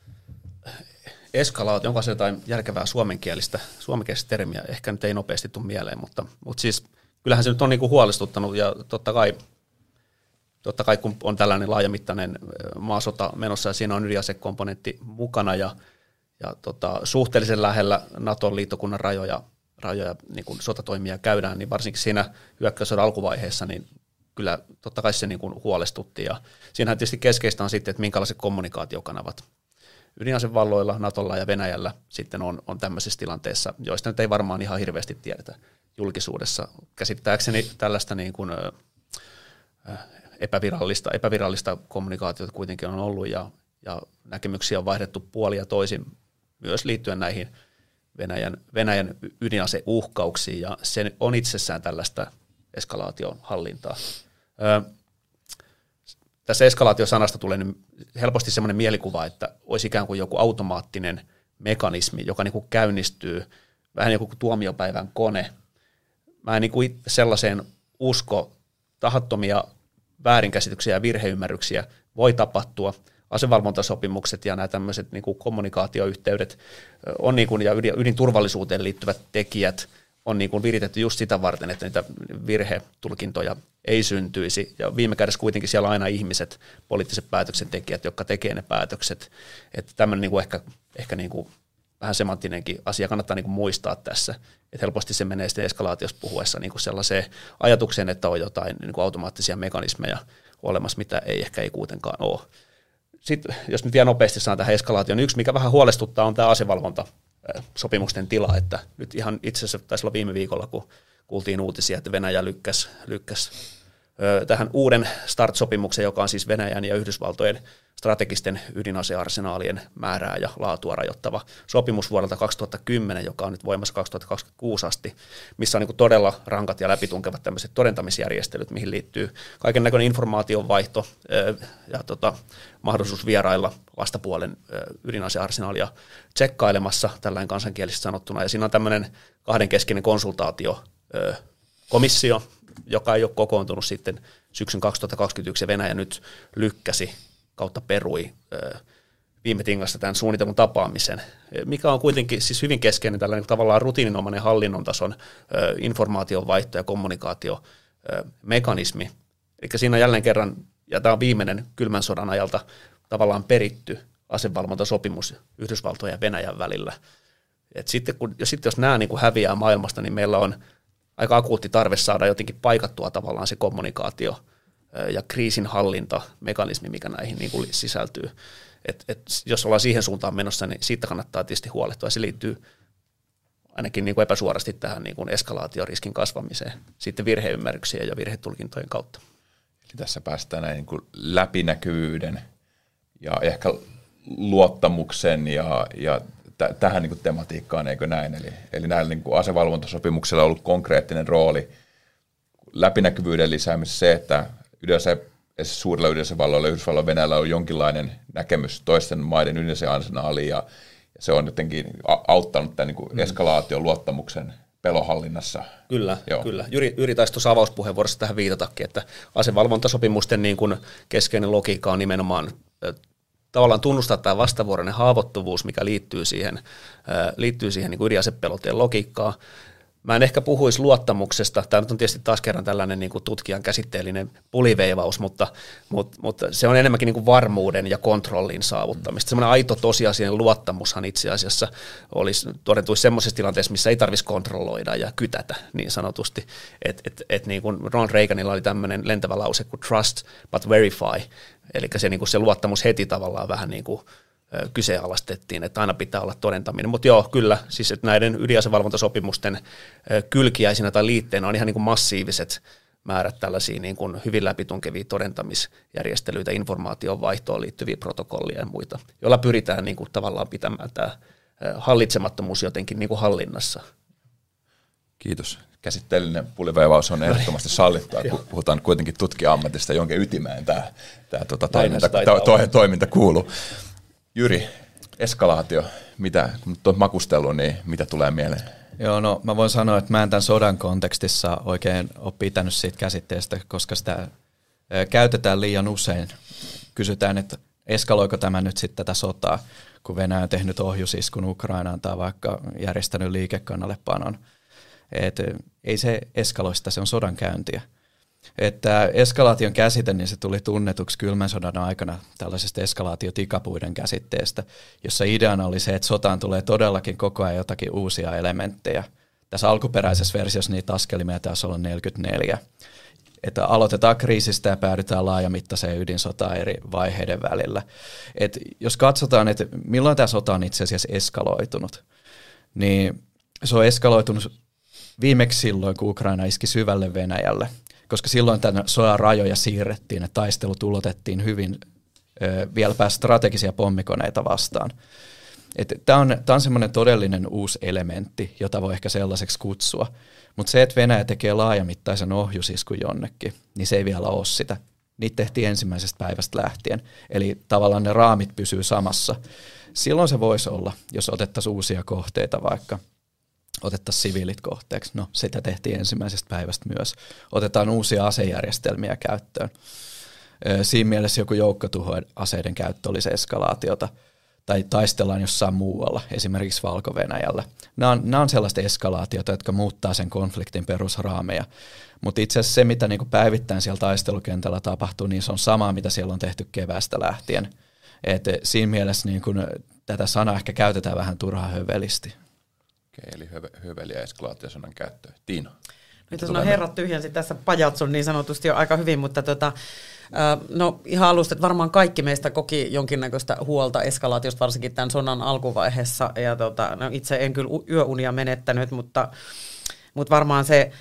Eskalaatio, onko se jotain järkevää suomenkielistä, suomenkielistä termiä, ehkä nyt ei nopeasti tule mieleen, mutta, mutta siis kyllähän se nyt on niinku huolestuttanut, ja totta kai Totta kai kun on tällainen laajamittainen maasota menossa ja siinä on ydinasekomponentti mukana ja, ja tota, suhteellisen lähellä Naton liittokunnan rajoja, rajoja niin kun sotatoimia käydään, niin varsinkin siinä hyökkäyssodan alkuvaiheessa, niin kyllä totta kai se niin kun huolestutti. Ja siinähän tietysti keskeistä on sitten, että minkälaiset kommunikaatiokanavat ydinasevalloilla, Natolla ja Venäjällä sitten on, on tämmöisessä tilanteessa, joista nyt ei varmaan ihan hirveästi tiedetä julkisuudessa. Käsittääkseni tällaista niin kuin, äh, epävirallista, epävirallista kommunikaatiota kuitenkin on ollut ja, ja näkemyksiä on vaihdettu puoli ja toisin myös liittyen näihin Venäjän, Venäjän ydinaseuhkauksiin ja se on itsessään tällaista eskalaation hallintaa. Ö, tässä eskalaatiosanasta tulee helposti sellainen mielikuva, että olisi ikään kuin joku automaattinen mekanismi, joka niin kuin käynnistyy vähän niin kuin tuomiopäivän kone. Mä en niin kuin sellaiseen usko, tahattomia väärinkäsityksiä ja virheymmärryksiä voi tapahtua. Asevalvontasopimukset ja nämä tämmöiset niin kuin kommunikaatioyhteydet on niin kuin, ja ydinturvallisuuteen liittyvät tekijät on niin kuin viritetty just sitä varten, että niitä virhetulkintoja ei syntyisi. Ja viime kädessä kuitenkin siellä on aina ihmiset, poliittiset päätöksentekijät, jotka tekee ne päätökset. Että tämmöinen niin kuin ehkä, ehkä niin kuin vähän semanttinenkin asia kannattaa niin kuin muistaa tässä. Että helposti se menee sitten eskalaatiossa puhuessa niin kuin sellaiseen ajatukseen, että on jotain niin kuin automaattisia mekanismeja olemassa, mitä ei ehkä ei kuitenkaan ole. Sitten, jos nyt vielä nopeasti sanon tähän eskalaatioon, niin yksi, mikä vähän huolestuttaa, on tämä asevalvontasopimusten tila, että nyt ihan itse asiassa taisi olla viime viikolla, kun kuultiin uutisia, että Venäjä lykkäsi, lykkäsi tähän uuden START-sopimuksen, joka on siis Venäjän ja Yhdysvaltojen strategisten ydinasearsenaalien määrää ja laatua rajoittava sopimus vuodelta kaksituhattakymmenen, joka on nyt voimassa kaksituhattakaksikymmentäkuusi asti, missä on niin kuin todella rankat ja läpitunkevat tämmöiset todentamisjärjestelyt, mihin liittyy kaiken näköinen informaationvaihto ja tota, mahdollisuus vierailla vastapuolen ydinasearsenaalia tsekkailemassa, tällainen kansankielisesti sanottuna, ja siinä on tämmöinen kahdenkeskinen konsultaatio komissio, joka ei ole kokoontunut sitten syksyn kaksituhattakaksikymmentäyksi, ja Venäjä nyt lykkäsi kautta perui viime tingassa tämän suunnitelun tapaamisen, mikä on kuitenkin siis hyvin keskeinen tällainen tavallaan rutiininomainen hallinnon tason informaationvaihto- ja kommunikaatiomekanismi. Eli siinä on jälleen kerran, ja tämä on viimeinen kylmän sodan ajalta tavallaan peritty asevalvontasopimus Yhdysvaltojen ja Venäjän välillä. Et sitten, kun, ja sitten jos nämä niin kuin häviää maailmasta, niin meillä on aika akuutti tarve saada jotenkin paikattua tavallaan se kommunikaatio ja kriisinhallintamekanismi, mikä näihin niin kuin sisältyy. Et, et jos ollaan siihen suuntaan menossa, niin siitä kannattaa tietysti huolehtua. Se liittyy ainakin niin kuin epäsuorasti tähän niin kuin eskalaatioriskin kasvamiseen, sitten virheymmärryksien ja virhetulkintojen kautta. Eli tässä päästään näin niin kuin läpinäkyvyyden ja ehkä luottamuksen ja, ja t- tähän niin kuin tematiikkaan, eikö näin? Eli, eli näillä niin kuin asevalvontasopimuksella on ollut konkreettinen rooli läpinäkyvyyden lisäämisessä se, että ydinase, suurilla ydinasevalloilla, Yhdysvalloilla ja Venäjällä on jonkinlainen näkemys toisten maiden ydinasearsenaaliin ja, ja se on jotenkin auttanut tämän niin kuin eskalaation luottamuksen pelohallinnassa. Kyllä, Joo. kyllä. Jyri, Jyri taisi tuossa avauspuheenvuorossa tähän viitatakin, että asevalvontasopimusten niin kuin keskeinen logiikka on nimenomaan tavallaan tunnustaa tämä vastavuoroinen haavoittuvuus, mikä liittyy siihen, liittyy siihen niin kuin ydinasepelotteen logiikkaan. Mä en ehkä puhuisi luottamuksesta. Tämä nyt on tietysti taas kerran tällainen niin kuin tutkijan käsitteellinen puliveivaus, mutta, mutta, mutta se on enemmänkin niin kuin varmuuden ja kontrollin saavuttamista. Semmoinen aito tosiasiallinen luottamushan itse asiassa olisi todentuisi semmoisessa tilanteessa, missä ei tarvitsisi kontrolloida ja kytätä niin sanotusti. Et, et, et niin kuin Ronald Reaganilla oli tämmöinen lentävä lause kuin trust but verify, eli se, niin kuin se luottamus heti tavallaan vähän niin kuin kyseenalaistettiin, että aina pitää olla todentaminen. Mutta joo, kyllä, siis että näiden ydinasevalvontasopimusten kylkiäisinä tai liitteenä on ihan niin kuin massiiviset määrät tällaisia niin kuin hyvin läpitunkevia todentamisjärjestelyitä, informaation vaihtoon liittyviä protokollia ja muita, joilla pyritään niin kuin tavallaan pitämään tämä hallitsemattomuus jotenkin niin kuin hallinnassa. Kiitos. Käsitteellinen puliveivaus on ehdottomasti sallittua, kun puhutaan kuitenkin tutkija-ammatista, jonkin ytimeen tämä, tämä tuota, toiminta, to, to, toiminta kuuluu. Jyri, eskalaatio, mitä, kun olet makustellut, niin mitä tulee mieleen? Joo, no mä voin sanoa, että mä en tämän sodan kontekstissa oikein ole pitänyt siitä käsitteestä, koska sitä käytetään liian usein. Kysytään, että eskaloiko tämä nyt sitten tätä sotaa, kun Venäjä on tehnyt ohjusiskun Ukrainaan tai vaikka järjestänyt liikekannallepanon. Et ei se eskaloista, se on sodan käyntiä. Että eskalaation käsite, niin se tuli tunnetuksi kylmän sodan aikana tällaisesta eskalaatiotikapuiden käsitteestä, jossa ideana oli se, että sotaan tulee todellakin koko ajan jotakin uusia elementtejä. Tässä alkuperäisessä versiossa niitä askelimia taisi olla neljäkymmentäneljä. että aloitetaan kriisistä ja päädytään laajamittaiseen ydinsotaan eri vaiheiden välillä. Et jos katsotaan, että milloin tämä sota on itse asiassa eskaloitunut, niin se on eskaloitunut viimeksi silloin, kun Ukraina iski syvälle Venäjälle, koska silloin tämän sodan rajoja siirrettiin, että taistelut ulotettiin hyvin vieläpä strategisia pommikoneita vastaan. Tämä on, on semmoinen todellinen uusi elementti, jota voi ehkä sellaiseksi kutsua. Mutta se, että Venäjä tekee laajamittaisen ohjusiskun jonnekin, niin se ei vielä ole sitä. Niitä tehtiin ensimmäisestä päivästä lähtien. Eli tavallaan ne raamit pysyy samassa. Silloin se voisi olla, jos otettaisiin uusia kohteita vaikka. Otettaisiin siviilit kohteeksi. No, sitä tehtiin ensimmäisestä päivästä myös. Otetaan uusia asejärjestelmiä käyttöön. Siinä mielessä joku joukkotuhoaseiden käyttö olisi eskalaatiota. Tai taistellaan jossain muualla, esimerkiksi Valko-Venäjällä. Nämä on, nämä on sellaista eskalaatiota, jotka muuttaa sen konfliktin perusraameja. Mutta itse asiassa se, mitä niin kuin päivittäin siellä taistelukentällä tapahtuu, niin se on samaa, mitä siellä on tehty keväästä lähtien. Et siinä mielessä niin kuin tätä sanaa ehkä käytetään vähän turhaan hövelisti. Okei, eli höve, höveli- ja eskalaatiosanan käyttö. Tiina? Nyt on herrat tyhjensi tässä pajatson niin sanotusti jo aika hyvin, mutta tota, no ihan alusta, että varmaan kaikki meistä koki jonkinnäköistä huolta eskalaatiosta, varsinkin tämän sodan alkuvaiheessa. Ja tota, no itse en kyllä yöunia menettänyt, mutta, mutta varmaan se,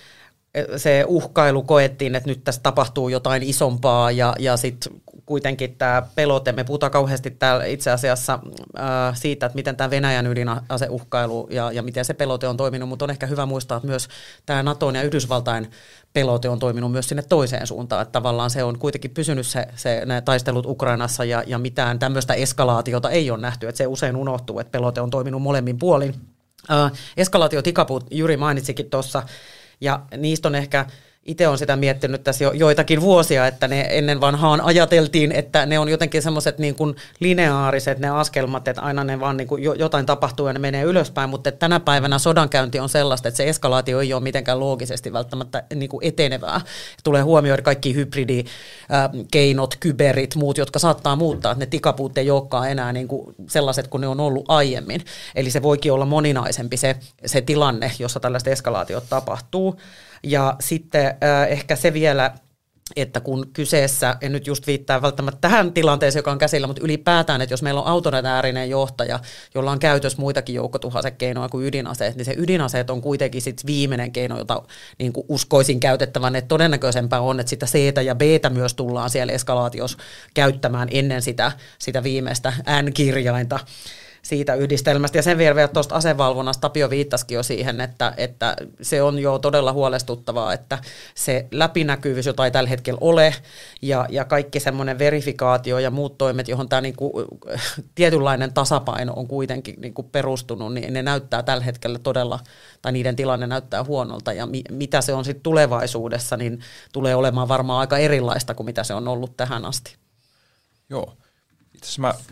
se uhkailu koettiin, että nyt tässä tapahtuu jotain isompaa ja, ja sitten kuitenkin tämä pelote, me puhutaan kauheasti täällä itse asiassa ää, siitä, että miten tämä Venäjän ydinaseuhkailu ja, ja miten se pelote on toiminut, mutta on ehkä hyvä muistaa, että myös tämä Naton ja Yhdysvaltain pelote on toiminut myös sinne toiseen suuntaan, että tavallaan se on kuitenkin pysynyt se, se ne taistelut Ukrainassa ja, ja mitään tämmöistä eskalaatiota ei ole nähty, että se usein unohtuu, että pelote on toiminut molemmin puolin. Ää, eskalaatiotikaput Jyri mainitsikin tuossa, ja niistä on ehkä, itse olen sitä miettinyt tässä jo joitakin vuosia, että ne ennen vanhaan ajateltiin, että ne on jotenkin semmoiset niin kuin lineaariset ne askelmat, että aina ne vaan niin kuin jotain tapahtuu ja ne menee ylöspäin, mutta tänä päivänä sodankäynti on sellaista, että se eskalaatio ei ole mitenkään loogisesti välttämättä niin kuin etenevää. Tulee huomioida kaikki hybridikeinot, kyberit, muut, jotka saattaa muuttaa, että ne tikapuut ei olekaan enää niin kuin sellaiset kuin ne on ollut aiemmin. Eli se voikin olla moninaisempi se, se tilanne, jossa tällaiset eskalaatiot tapahtuu. Ja sitten äh, ehkä se vielä, että kun kyseessä, en nyt just viittaa välttämättä tähän tilanteeseen, joka on käsillä, mutta ylipäätään, että jos meillä on autoritäärinen johtaja, jolla on käytössä muitakin joukkotuhoasekeinoja kuin ydinaseet, niin se ydinaseet on kuitenkin sit viimeinen keino, jota niin kuin uskoisin käytettävän, että todennäköisempää on, että sitä C ja B myös tullaan siellä eskalaatiossa käyttämään ennen sitä, sitä viimeistä N-kirjainta siitä yhdistelmästä. Ja sen vielä tuosta asevalvonnasta Tapio viittasikin jo siihen, että, että se on jo todella huolestuttavaa, että se läpinäkyvyys, jota ei tällä hetkellä ole, ja, ja kaikki semmoinen verifikaatio ja muut toimet, johon tämä niinku, tietynlainen tasapaino on kuitenkin niinku perustunut, niin ne näyttää tällä hetkellä todella, tai niiden tilanne näyttää huonolta, ja mi, mitä se on sitten tulevaisuudessa, niin tulee olemaan varmaan aika erilaista kuin mitä se on ollut tähän asti. Joo. Itse asiassa mä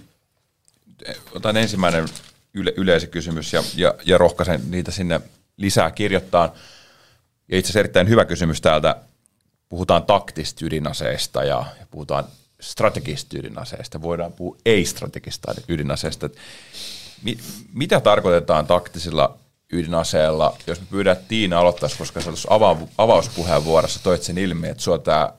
otan ensimmäinen yle, yleisökysymys ja, ja, ja rohkaisen niitä sinne lisää kirjoittaa. Ja itse asiassa erittäin hyvä kysymys täältä. Puhutaan taktista ydinaseista ja, ja puhutaan strategista ydinaseista. Voidaan puhua ei-strategista ydinaseista. Mi, mitä tarkoitetaan taktisilla ydinaseella? Jos me pyydään, että Tiina aloittaisi, koska sä ava, avauspuheenvuorossa toit sen ilmi, että sua tämä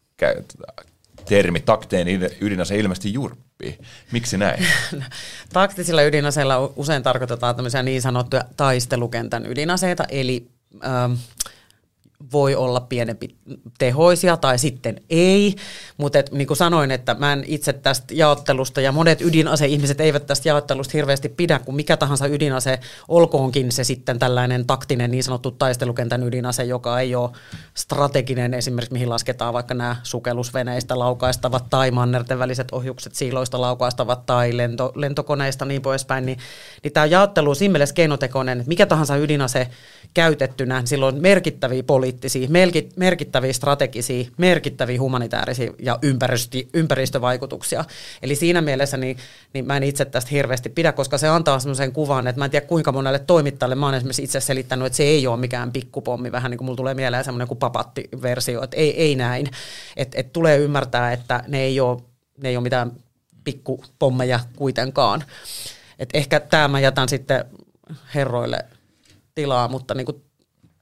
termi taktinen ydinase ilmeisesti jurppii. Miksi näin? Taktisilla ydinaseilla usein tarkoitetaan tämmöisiä niin sanottuja taistelukentän ydinaseita, eli ähm, voi olla pienempi tehoisia tai sitten ei, mutta et, niin kuin sanoin, että mä en itse tästä jaottelusta ja monet ydinase-ihmiset eivät tästä jaottelusta hirveästi pidä, kun mikä tahansa ydinase, olkoonkin se sitten tällainen taktinen niin sanottu taistelukentän ydinase, joka ei ole strateginen, esimerkiksi mihin lasketaan vaikka nämä sukellusveneistä laukaistavat tai mannerten väliset ohjukset siiloista laukaistavat tai lento, lentokoneista niin poispäin, niin, niin tämä jaottelu on siinä mielessä keinotekoinen, että mikä tahansa ydinase käytettynä, niin sillä on merkittäviä poliittisia, merkittäviä strategisia, merkittäviä humanitaarisia ja ympäristövaikutuksia. Eli siinä mielessä niin, niin mä en itse tästä hirveästi pidä, koska se antaa semmoisen kuvan, että mä en tiedä kuinka monelle toimittajalle, mä oon esimerkiksi itse selittänyt, että se ei ole mikään pikkupommi, vähän niin kuin mulla tulee mieleen semmoinen kuin papatti-versio, että ei, ei näin. Että et tulee ymmärtää, että ne ei ole, ne ei ole mitään pikkupommeja kuitenkaan. Et ehkä tämä mä jätän sitten herroille tilaa, mutta niin kuin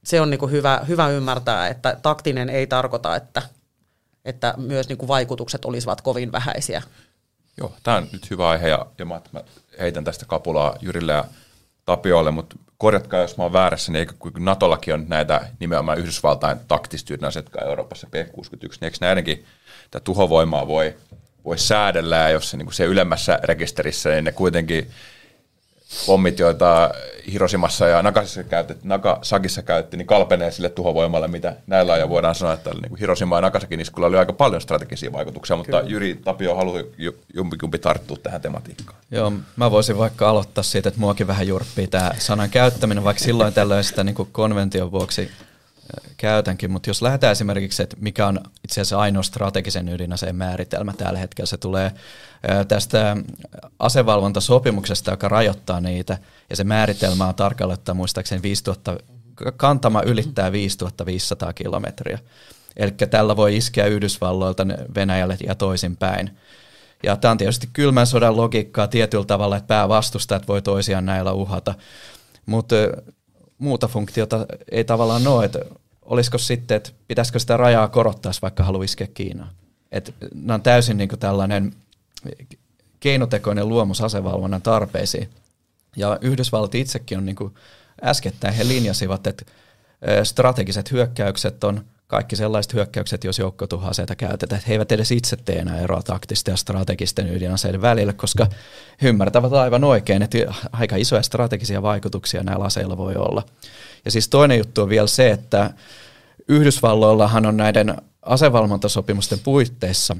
se on niin kuin hyvä, hyvä ymmärtää, että taktinen ei tarkoita, että, että myös niin kuin vaikutukset olisivat kovin vähäisiä. Joo, tämä on nyt hyvä aihe ja, ja mä, mä heitän tästä kapulaa Jyrille ja Tapiolle, mutta korjatkaa, jos mä oon väärässä, niin eikö kun Natollakin on näitä nimenomaan Yhdysvaltain taktista ydinaseita, jotka Euroopassa P kuusikymmentäyksi, niin eikö näidenkin tätä tuhovoimaa voi, voi säädellä, ja jos se, niin kuin se ylemmässä rekisterissä, niin ne kuitenkin pommit, joita Hiroshimassa ja Nagasakissa käytettiin, Nagasakissa käytti, niin kalpenee sille tuhovoimalle, mitä näillä on, ja voidaan sanoa, että niin Hiroshima ja Nagasakin iskulla oli aika paljon strategisia vaikutuksia, mutta Kyllä. Jyri Tapio haluaa jompikumpi tarttua tähän tematiikkaan. Joo, mä voisin vaikka aloittaa siitä, että muakin vähän jurppii tämä sanan käyttäminen, vaikka silloin tällöin sitä niin kuin konvention vuoksi käytänkin, mutta jos lähdetään esimerkiksi, että mikä on itse asiassa ainoa strategisen ydinaseen määritelmä tällä hetkellä, se tulee tästä asevalvontasopimuksesta, joka rajoittaa niitä, ja se määritelmä on tarkalleen ottaa muistaakseni viisituhatta, kantama ylittää viisituhatta viisisataa kilometriä. Eli tällä voi iskeä Yhdysvalloilta Venäjälle ja toisinpäin. Ja tämä on tietysti kylmän sodan logiikkaa tietyllä tavalla, että päävastustajat voi toisiaan näillä uhata, mutta muuta funktiota ei tavallaan ole, että olisiko sitten, että pitäisikö sitä rajaa korottaa, vaikka haluaa iskeä Kiinaan. Että nämä on täysin niin kuin tällainen keinotekoinen luomus asevalvonnan tarpeisiin. Ja Yhdysvallat itsekin on niin kuin äskettäin, he linjasivat, että strategiset hyökkäykset on kaikki sellaiset hyökkäykset, jos joukkotuhoaseita käytetään, että he eivät edes itse tee enää eroa taktisten ja strategisten ydinaseiden välillä, koska he ymmärtävät aivan oikein, että aika isoja strategisia vaikutuksia näillä aseilla voi olla. Ja siis toinen juttu on vielä se, että Yhdysvalloillahan on näiden asevalvontasopimusten puitteissa,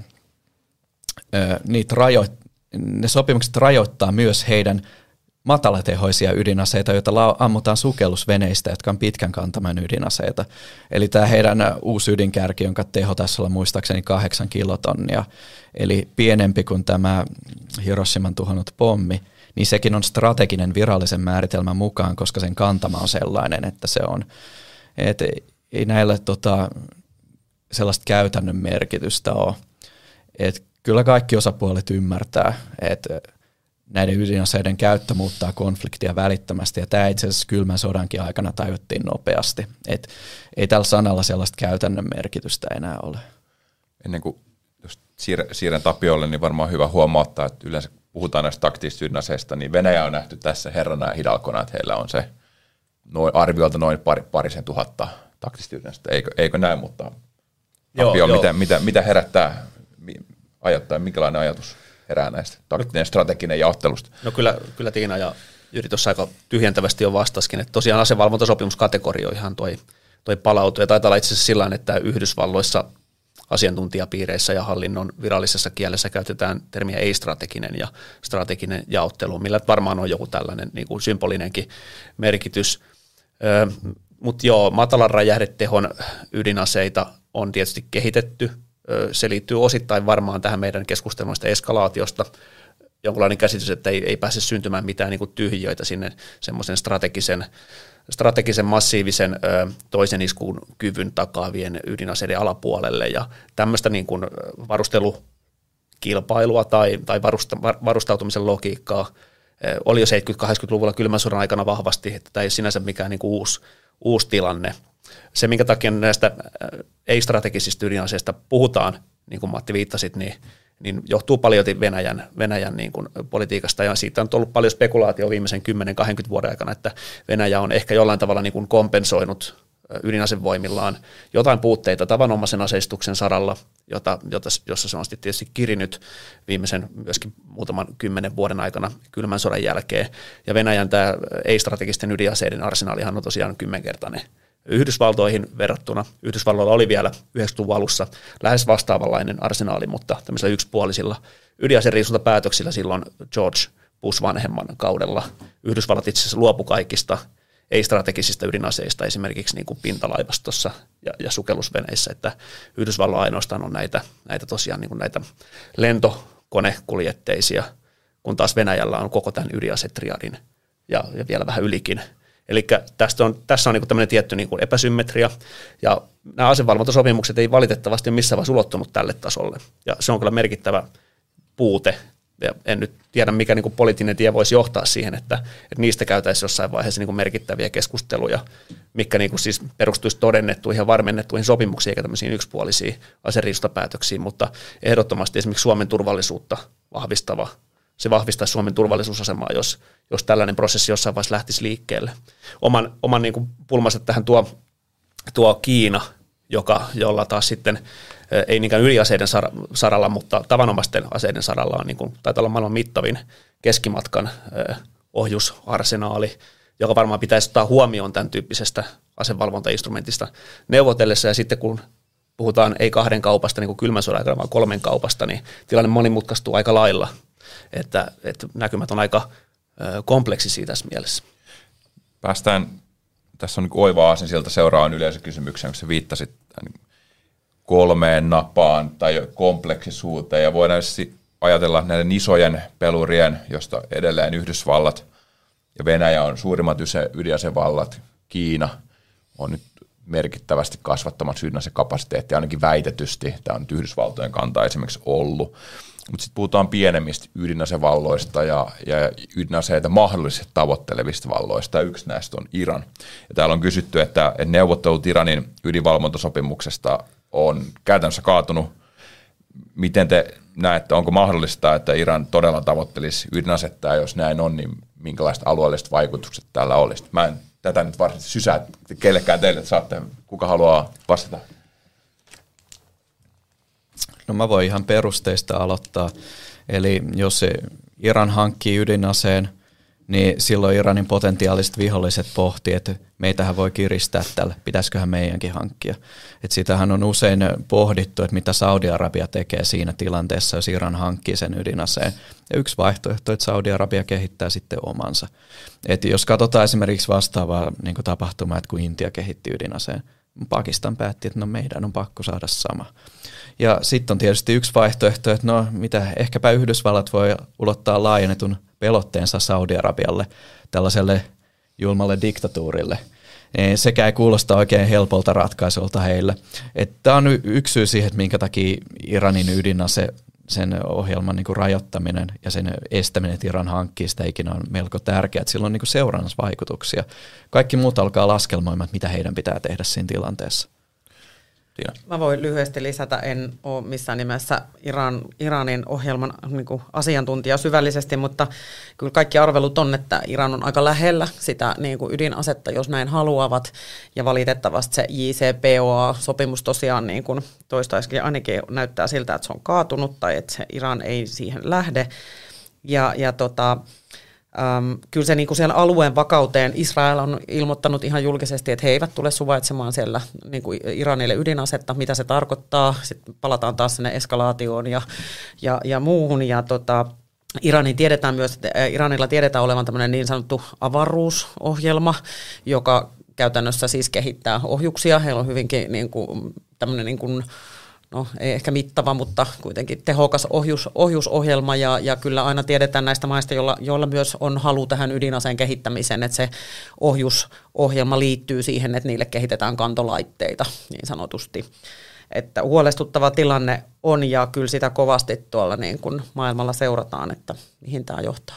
niitä rajo- ne sopimukset rajoittaa myös heidän matalatehoisia ydinaseita, joita ammutaan sukellusveneistä, jotka on pitkän kantaman ydinaseita. Eli tämä heidän uusi ydinkärki, jonka teho tässä on muistaakseni kahdeksan kilotonnia, eli pienempi kuin tämä Hiroshiman tuhonnut pommi, niin sekin on strateginen virallisen määritelmän mukaan, koska sen kantama on sellainen, että se on, et ei näillä tota, sellaista käytännön merkitystä ole. Et kyllä kaikki osapuolet ymmärtää, että näiden ydinaseiden käyttö muuttaa konfliktia välittömästi, ja tämä itse asiassa kylmän sodankin aikana tajuttiin nopeasti. Et ei tällä sanalla sellaista käytännön merkitystä enää ole. Ennen kuin jos siirrän Tapiolle, niin varmaan hyvä huomauttaa, että yleensä puhutaan näistä taktisista ydinaseista, niin Venäjä on nähty tässä herrana ja hidalkona, että heillä on se noin, arviolta noin pari, parisen tuhatta taktista ydinaseista. Eikö, eikö näin, mutta Tapio, joo, mitä, joo. Mitä, mitä herättää, ajattää, minkälainen ajatus herää näistä taktinen, strateginen jaottelusta? No kyllä, kyllä Tiina ja Jyri tuossa aika tyhjentävästi jo vastaskin, että tosiaan asevalvontasopimuskategorioihan toi, toi palautuu, ja taitaa olla itse asiassa sillä tavalla, että Yhdysvalloissa asiantuntijapiireissä ja hallinnon virallisessa kielessä käytetään termiä ei-strateginen ja strateginen jaottelu, millä varmaan on joku tällainen niin kuin symbolinenkin merkitys. Ö, mutta joo, matalan räjähdetehon ydinaseita on tietysti kehitetty. Se liittyy osittain varmaan tähän meidän keskustelusta eskalaatiosta, jonkinlainen käsitys, että ei, ei pääse syntymään mitään niin kuin tyhjiöitä sinne semmoisen strategisen, strategisen massiivisen ö, toisen iskun kyvyn takaavien ydinaseiden alapuolelle, ja tämmöistä niin kuin varustelukilpailua tai, tai varusta, varustautumisen logiikkaa ö, oli jo seitsemänkymmentä-kahdeksankymmentäluvulla kylmän sodan aikana vahvasti, että tämä ei sinänsä mikään niin kuin uusi, uusi tilanne. Se, minkä takia näistä ei-strategisista ydinaseista puhutaan, niin kuin Matti viittasit, niin, niin johtuu paljon Venäjän, Venäjän niin kuin politiikasta, ja siitä on ollut paljon spekulaatio viimeisen kymmenen kaksikymmentä vuoden aikana, että Venäjä on ehkä jollain tavalla niin kuin kompensoinut ydinasevoimillaan jotain puutteita tavanomaisen aseistuksen saralla, jota, jota, jossa se on sitten tietysti kirinyt viimeisen myöskin muutaman kymmenen vuoden aikana kylmän sodan jälkeen, ja Venäjän tämä ei-strategisten ydinaseiden arsenaalihan on tosiaan kymmenkertainen Yhdysvaltoihin verrattuna. Yhdysvalloilla oli vielä yhdeksänkymmentäluvun alussa lähes vastaavanlainen arsenaali, mutta tämmöisillä yksipuolisilla ydinaseriisuntapäätöksillä silloin George Bush vanhemman kaudella Yhdysvallat itse asiassa luopui kaikista ei-strategisista ydinaseista, esimerkiksi niin kuin pintalaivastossa ja, ja sukellusveneissä, että Yhdysvalloilla ainoastaan on näitä, näitä tosiaan niin kuin näitä lentokonekuljetteisia, kun taas Venäjällä on koko tämän ydinasetriadin ja, ja vielä vähän ylikin. Eli tästä on, tässä on niin kuin tämmöinen tietty niin kuin epäsymmetria, ja nämä asevalvontasopimukset ei valitettavasti ole missään vaiheessa ulottunut tälle tasolle, ja se on kyllä merkittävä puute Ja en nyt tiedä, mikä niin kuin poliittinen tie voisi johtaa siihen, että, että niistä käytäisiin jossain vaiheessa niin kuin merkittäviä keskusteluja, mitkä niin kuin siis perustuisi todennettuihin ja varmennettuihin sopimuksiin eikä tämmöisiin yksipuolisiin aseriistapäätöksiin, mutta ehdottomasti esimerkiksi Suomen turvallisuutta vahvistava, se vahvistaisi Suomen turvallisuusasemaa, jos, jos tällainen prosessi jossain vaiheessa lähtisi liikkeelle. Oman, oman niin kuin pulmansa tähän tuo, tuo Kiina, joka, jolla taas sitten ei niinkään ydinaseiden saralla, mutta tavanomaisten aseiden saralla on niin kuin, taitaa olla maailman mittavin keskimatkan ohjusarsenaali, joka varmaan pitäisi ottaa huomioon tämän tyyppisestä asevalvontainstrumentista neuvotellessa. Ja sitten kun puhutaan ei kahden kaupasta niin kuin kylmän sodan aikana, vaan kolmen kaupasta, niin tilanne monimutkaistuu aika lailla. Että, että näkymät on aika kompleksisia tässä mielessä. Päästään, tässä on niin oiva aasin sieltä seuraavaan yleisökysymykseen, kun sä viittasit kolmeen napaan tai kompleksisuuteen, ja voidaan ajatella näiden isojen pelurien, josta edelleen Yhdysvallat ja Venäjä on suurimmat ydinasevallat, Kiina on nyt merkittävästi kasvattamassa ydinasekapasiteettia, ainakin väitetysti, tämä on nyt Yhdysvaltojen kanta esimerkiksi ollut, mutta sitten puhutaan pienemmistä ydinasevalloista ja, ja ydinaseita mahdollisesti tavoittelevista valloista, ja yksi näistä on Iran. Ja täällä on kysytty, että, että neuvottelut Iranin ydinvalvontasopimuksesta on käytännössä kaatunut. Miten te näette, onko mahdollista, että Iran todella tavoittelisi ydinasetta, ja jos näin on, niin minkälaiset alueelliset vaikutukset tällä olisi? Mä en tätä nyt varsinaisesti sysää kellekään teille, että saatte, kuka haluaa vastata. No mä voin ihan perusteista aloittaa. Eli jos Iran hankkii ydinaseen, niin silloin Iranin potentiaaliset viholliset pohtii, että meitähän voi kiristää tällä, pitäisiköhän meidänkin hankkia. Et sitähän on usein pohdittu, että mitä Saudi-Arabia tekee siinä tilanteessa, jos Iran hankkii sen ydinaseen. Ja yksi vaihtoehto, että Saudi-Arabia kehittää sitten omansa. Et jos katsotaan esimerkiksi vastaavaa niin kuin tapahtumaa, että kun Intia kehitti ydinaseen, Pakistan päätti, että no meidän on pakko saada sama. Ja sitten on tietysti yksi vaihtoehto, että no mitä, ehkäpä Yhdysvallat voi ulottaa laajennetun pelotteensa Saudi-Arabialle, tällaiselle julmalle diktatuurille. Sekä ei kuulosta oikein helpolta ratkaisulta heille. Tämä on yksi syy siihen, että minkä takia Iranin ydinase, sen ohjelman niin kuin rajoittaminen ja sen estäminen, että Iran hankkii sitä ikinä on melko tärkeää. Sillä on niin kuin seurannusvaikutuksia. Kaikki muut alkaa laskelmoimaan, mitä heidän pitää tehdä siinä tilanteessa. Tiina. Mä voin lyhyesti lisätä, en ole missään nimessä Iran, Iranin ohjelman niin kuin asiantuntija syvällisesti, mutta kyllä kaikki arvelut on, että Iran on aika lähellä sitä niin kuin ydinasetta, jos näin haluavat, ja valitettavasti se J C P O A-sopimus tosiaan niin kuin toistaiseksi ainakin näyttää siltä, että se on kaatunut tai että se Iran ei siihen lähde, ja, ja tota, Ähm, kyllä se niin kuin siellä alueen vakauteen, Israel on ilmoittanut ihan julkisesti, että he eivät tule suvaitsemaan siellä niin kuin Iranille ydinasetta, mitä se tarkoittaa. Sitten palataan taas sinne eskalaatioon ja, ja, ja muuhun. Ja tota, Iranin tiedetään myös, että Iranilla tiedetään olevan tämmöinen niin sanottu avaruusohjelma, joka käytännössä siis kehittää ohjuksia. Heillä on hyvinkin niin kuin, tämmöinen niin kuin no ei ehkä mittava, mutta kuitenkin tehokas ohjus, ohjusohjelma, ja, ja kyllä aina tiedetään näistä maista, joilla, joilla myös on halu tähän ydinaseen kehittämiseen, että se ohjusohjelma liittyy siihen, että niille kehitetään kantolaitteita niin sanotusti. Että huolestuttava tilanne on, ja kyllä sitä kovasti tuolla niin kuin maailmalla seurataan, että mihin tämä johtaa.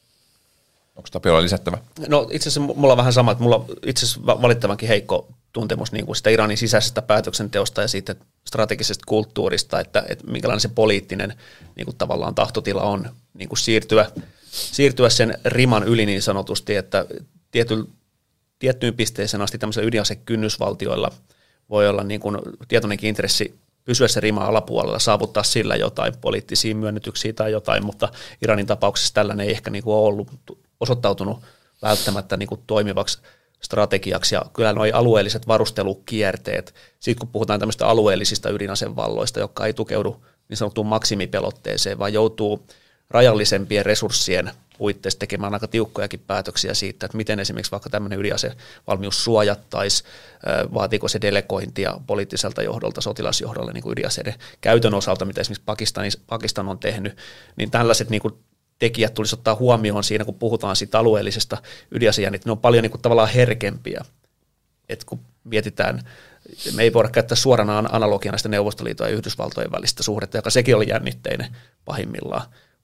Onko Tapiolla lisättävä? No itse asiassa mulla on vähän sama, että mulla on itse asiassa valittavankin heikko tuntemus niin kuin sitä Iranin sisäisestä päätöksenteosta ja siitä strategisesta kulttuurista, että, että minkälainen se poliittinen niin kuin tavallaan tahtotila on niin kuin siirtyä, siirtyä sen riman yli niin sanotusti, että tiety, tiettyyn pisteeseen asti tämmöisillä ydinasekynnysvaltioilla voi olla niin kuin tietoinenkin intressi pysyä se rima alapuolella, saavuttaa sillä jotain poliittisia myönnytyksiä tai jotain, mutta Iranin tapauksessa tällainen ei ehkä niin kuin ole ollut osoittautunut välttämättä niin kuin toimivaksi strategiaksi, ja kyllä nuo alueelliset varustelukierteet, sitten kun puhutaan tämmöistä alueellisista ydinasevalloista, jotka ei tukeudu niin sanottuun maksimipelotteeseen, vaan joutuu rajallisempien resurssien puitteissa tekemään aika tiukkojakin päätöksiä siitä, että miten esimerkiksi vaikka tämmöinen ydinasevalmius suojattaisi, vaatiiko se delegointia poliittiselta johdolta, sotilasjohdolle niin kuin ydinaseiden käytön osalta, mitä esimerkiksi Pakistan on tehnyt, niin tällaiset niin kuin tekijät tulisi ottaa huomioon siinä, kun puhutaan siitä alueellisesta ydinasejä, niin ne on paljon niin kuin tavallaan herkempiä. Et kun mietitään, me ei voida käyttää suorana analogiana sitä Neuvostoliiton ja Yhdysvaltojen välistä suhdetta, joka sekin oli jännitteinen pahimmillaan,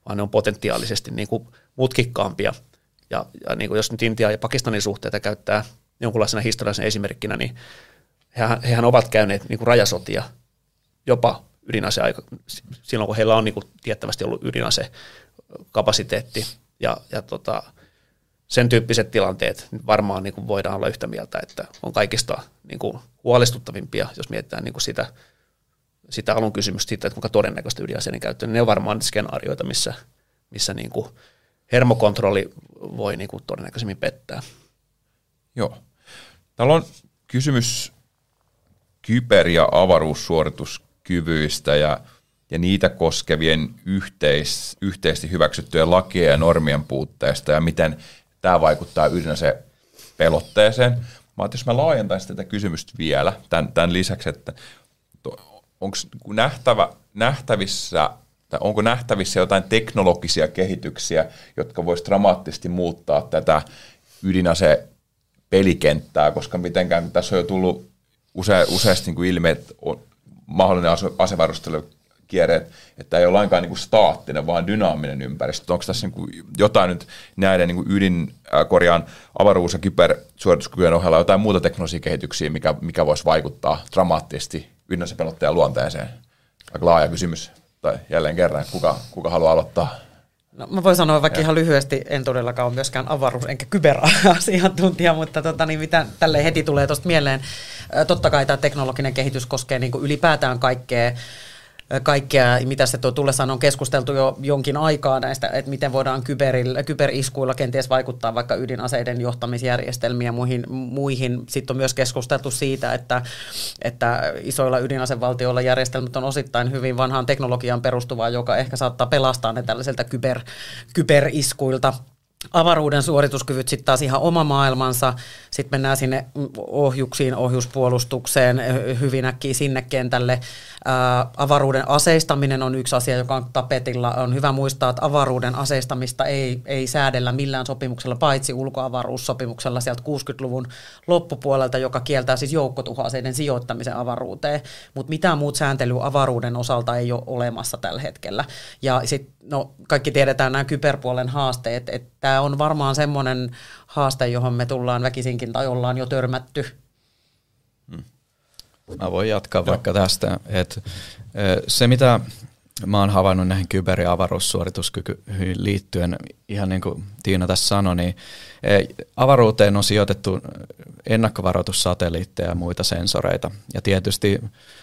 vaan ne on potentiaalisesti niin kuin mutkikkaampia. Ja, ja niin kuin jos nyt Intia ja Pakistanin suhteita käyttää jonkunlaisena historiallisena esimerkkinä, niin hehän, hehän ovat käyneet niin kuin rajasotia jopa ydinaseaika, silloin kun heillä on niin kuin tiettävästi ollut ydinasekapasiteetti. Ja, ja tota, sen tyyppiset tilanteet varmaan niin kuin voidaan olla yhtä mieltä, että on kaikista niin kuin huolestuttavimpia, jos mietitään niin kuin sitä, sitä alun kysymystä siitä, että kuinka todennäköistä ydinaseiden käyttö, niin ne on varmaan skenaarioita, missä, missä niin kuin hermokontrolli voi niin kuin todennäköisemmin pettää. Joo. Täällä on kysymys kyber- ja avaruussuorituskyvyistä ja, ja niitä koskevien yhteis, yhteisesti hyväksyttyjen lakien ja normien puutteesta ja miten tämä vaikuttaa ydinasepelotteeseen. Mä ajattelin, jos mä laajentaisin tätä kysymystä vielä tämän, tämän lisäksi, että onko nähtävä, nähtävissä tai onko nähtävissä jotain teknologisia kehityksiä, jotka voisivat dramaattisesti muuttaa tätä ydinasepelikenttää, koska mitenkään tässä on jo tullut use, useasti niin kuin ilmi, että on mahdollinen ase, asevarustelukierre, että ei ole lainkaan niin kuin staattinen, vaan dynaaminen ympäristö. Onko tässä niin kuin jotain nyt näiden niin kuin ydin, äh, korjaan avaruus- ja kybersuorituskykyjen ohella jotain muuta teknologisia kehityksiä, mikä, mikä voisi vaikuttaa dramaattisesti ydinasepelottajan luonteeseen? Aika laaja kysymys. Tai jälleen kerran, kuka, kuka haluaa aloittaa? No, mä voin sanoa vaikka ja. ihan lyhyesti, en todellakaan ole myöskään avaruus- enkä kyberasiantuntija, mutta tota, niin mitä tälleen heti tulee tuosta mieleen. Totta kai tämä teknologinen kehitys koskee niin kuin ylipäätään kaikkea, kaikkea, mitä se tuo tullessaan on keskusteltu jo jonkin aikaa näistä, että miten voidaan kyberillä, kyberiskuilla kenties vaikuttaa vaikka ydinaseiden johtamisjärjestelmiä ja muihin. muihin. Sitten on myös keskusteltu siitä, että, että isoilla ydinasevaltioilla järjestelmät on osittain hyvin vanhaan teknologiaan perustuvaa, joka ehkä saattaa pelastaa ne tällaisilta kyber, kyberiskuilta. Avaruuden suorituskyvyt sitten taas ihan oma maailmansa. Sitten mennään sinne ohjuksiin, ohjuspuolustukseen, hyvin äkkiä sinne kentälle. Ää, avaruuden aseistaminen on yksi asia, joka on tapetilla. On hyvä muistaa, että avaruuden aseistamista ei, ei säädellä millään sopimuksella, paitsi ulkoavaruussopimuksella sieltä kuusikymmentäluvun loppupuolelta, joka kieltää siis joukkotuhoaseiden sijoittamisen avaruuteen. Mutta mitään muut sääntelyä avaruuden osalta ei ole olemassa tällä hetkellä. Ja sitten no, kaikki tiedetään nämä kyberpuolen haasteet, että tämä on varmaan semmoinen haaste, johon me tullaan väkisinkin tai ollaan jo törmätty. Hmm. Mä voin jatkaa Joo. vaikka tästä. Että se, mitä mä oon havainnut näihin kyber- ja avaruussuorituskykyihin liittyen, ihan niin kuin Tiina tässä sanoi, niin avaruuteen on sijoitettu ennakkovaroitussatelliitteja ja muita sensoreita. Ja tietysti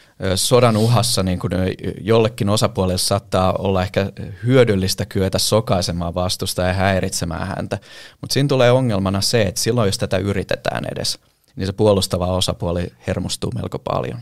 sodan uhassa niin kun jollekin osapuolelle saattaa olla ehkä hyödyllistä kyetä sokaisemaan vastusta ja häiritsemään häntä, mutta siinä tulee ongelmana se, että silloin jos tätä yritetään edes, niin se puolustava osapuoli hermostuu melko paljon.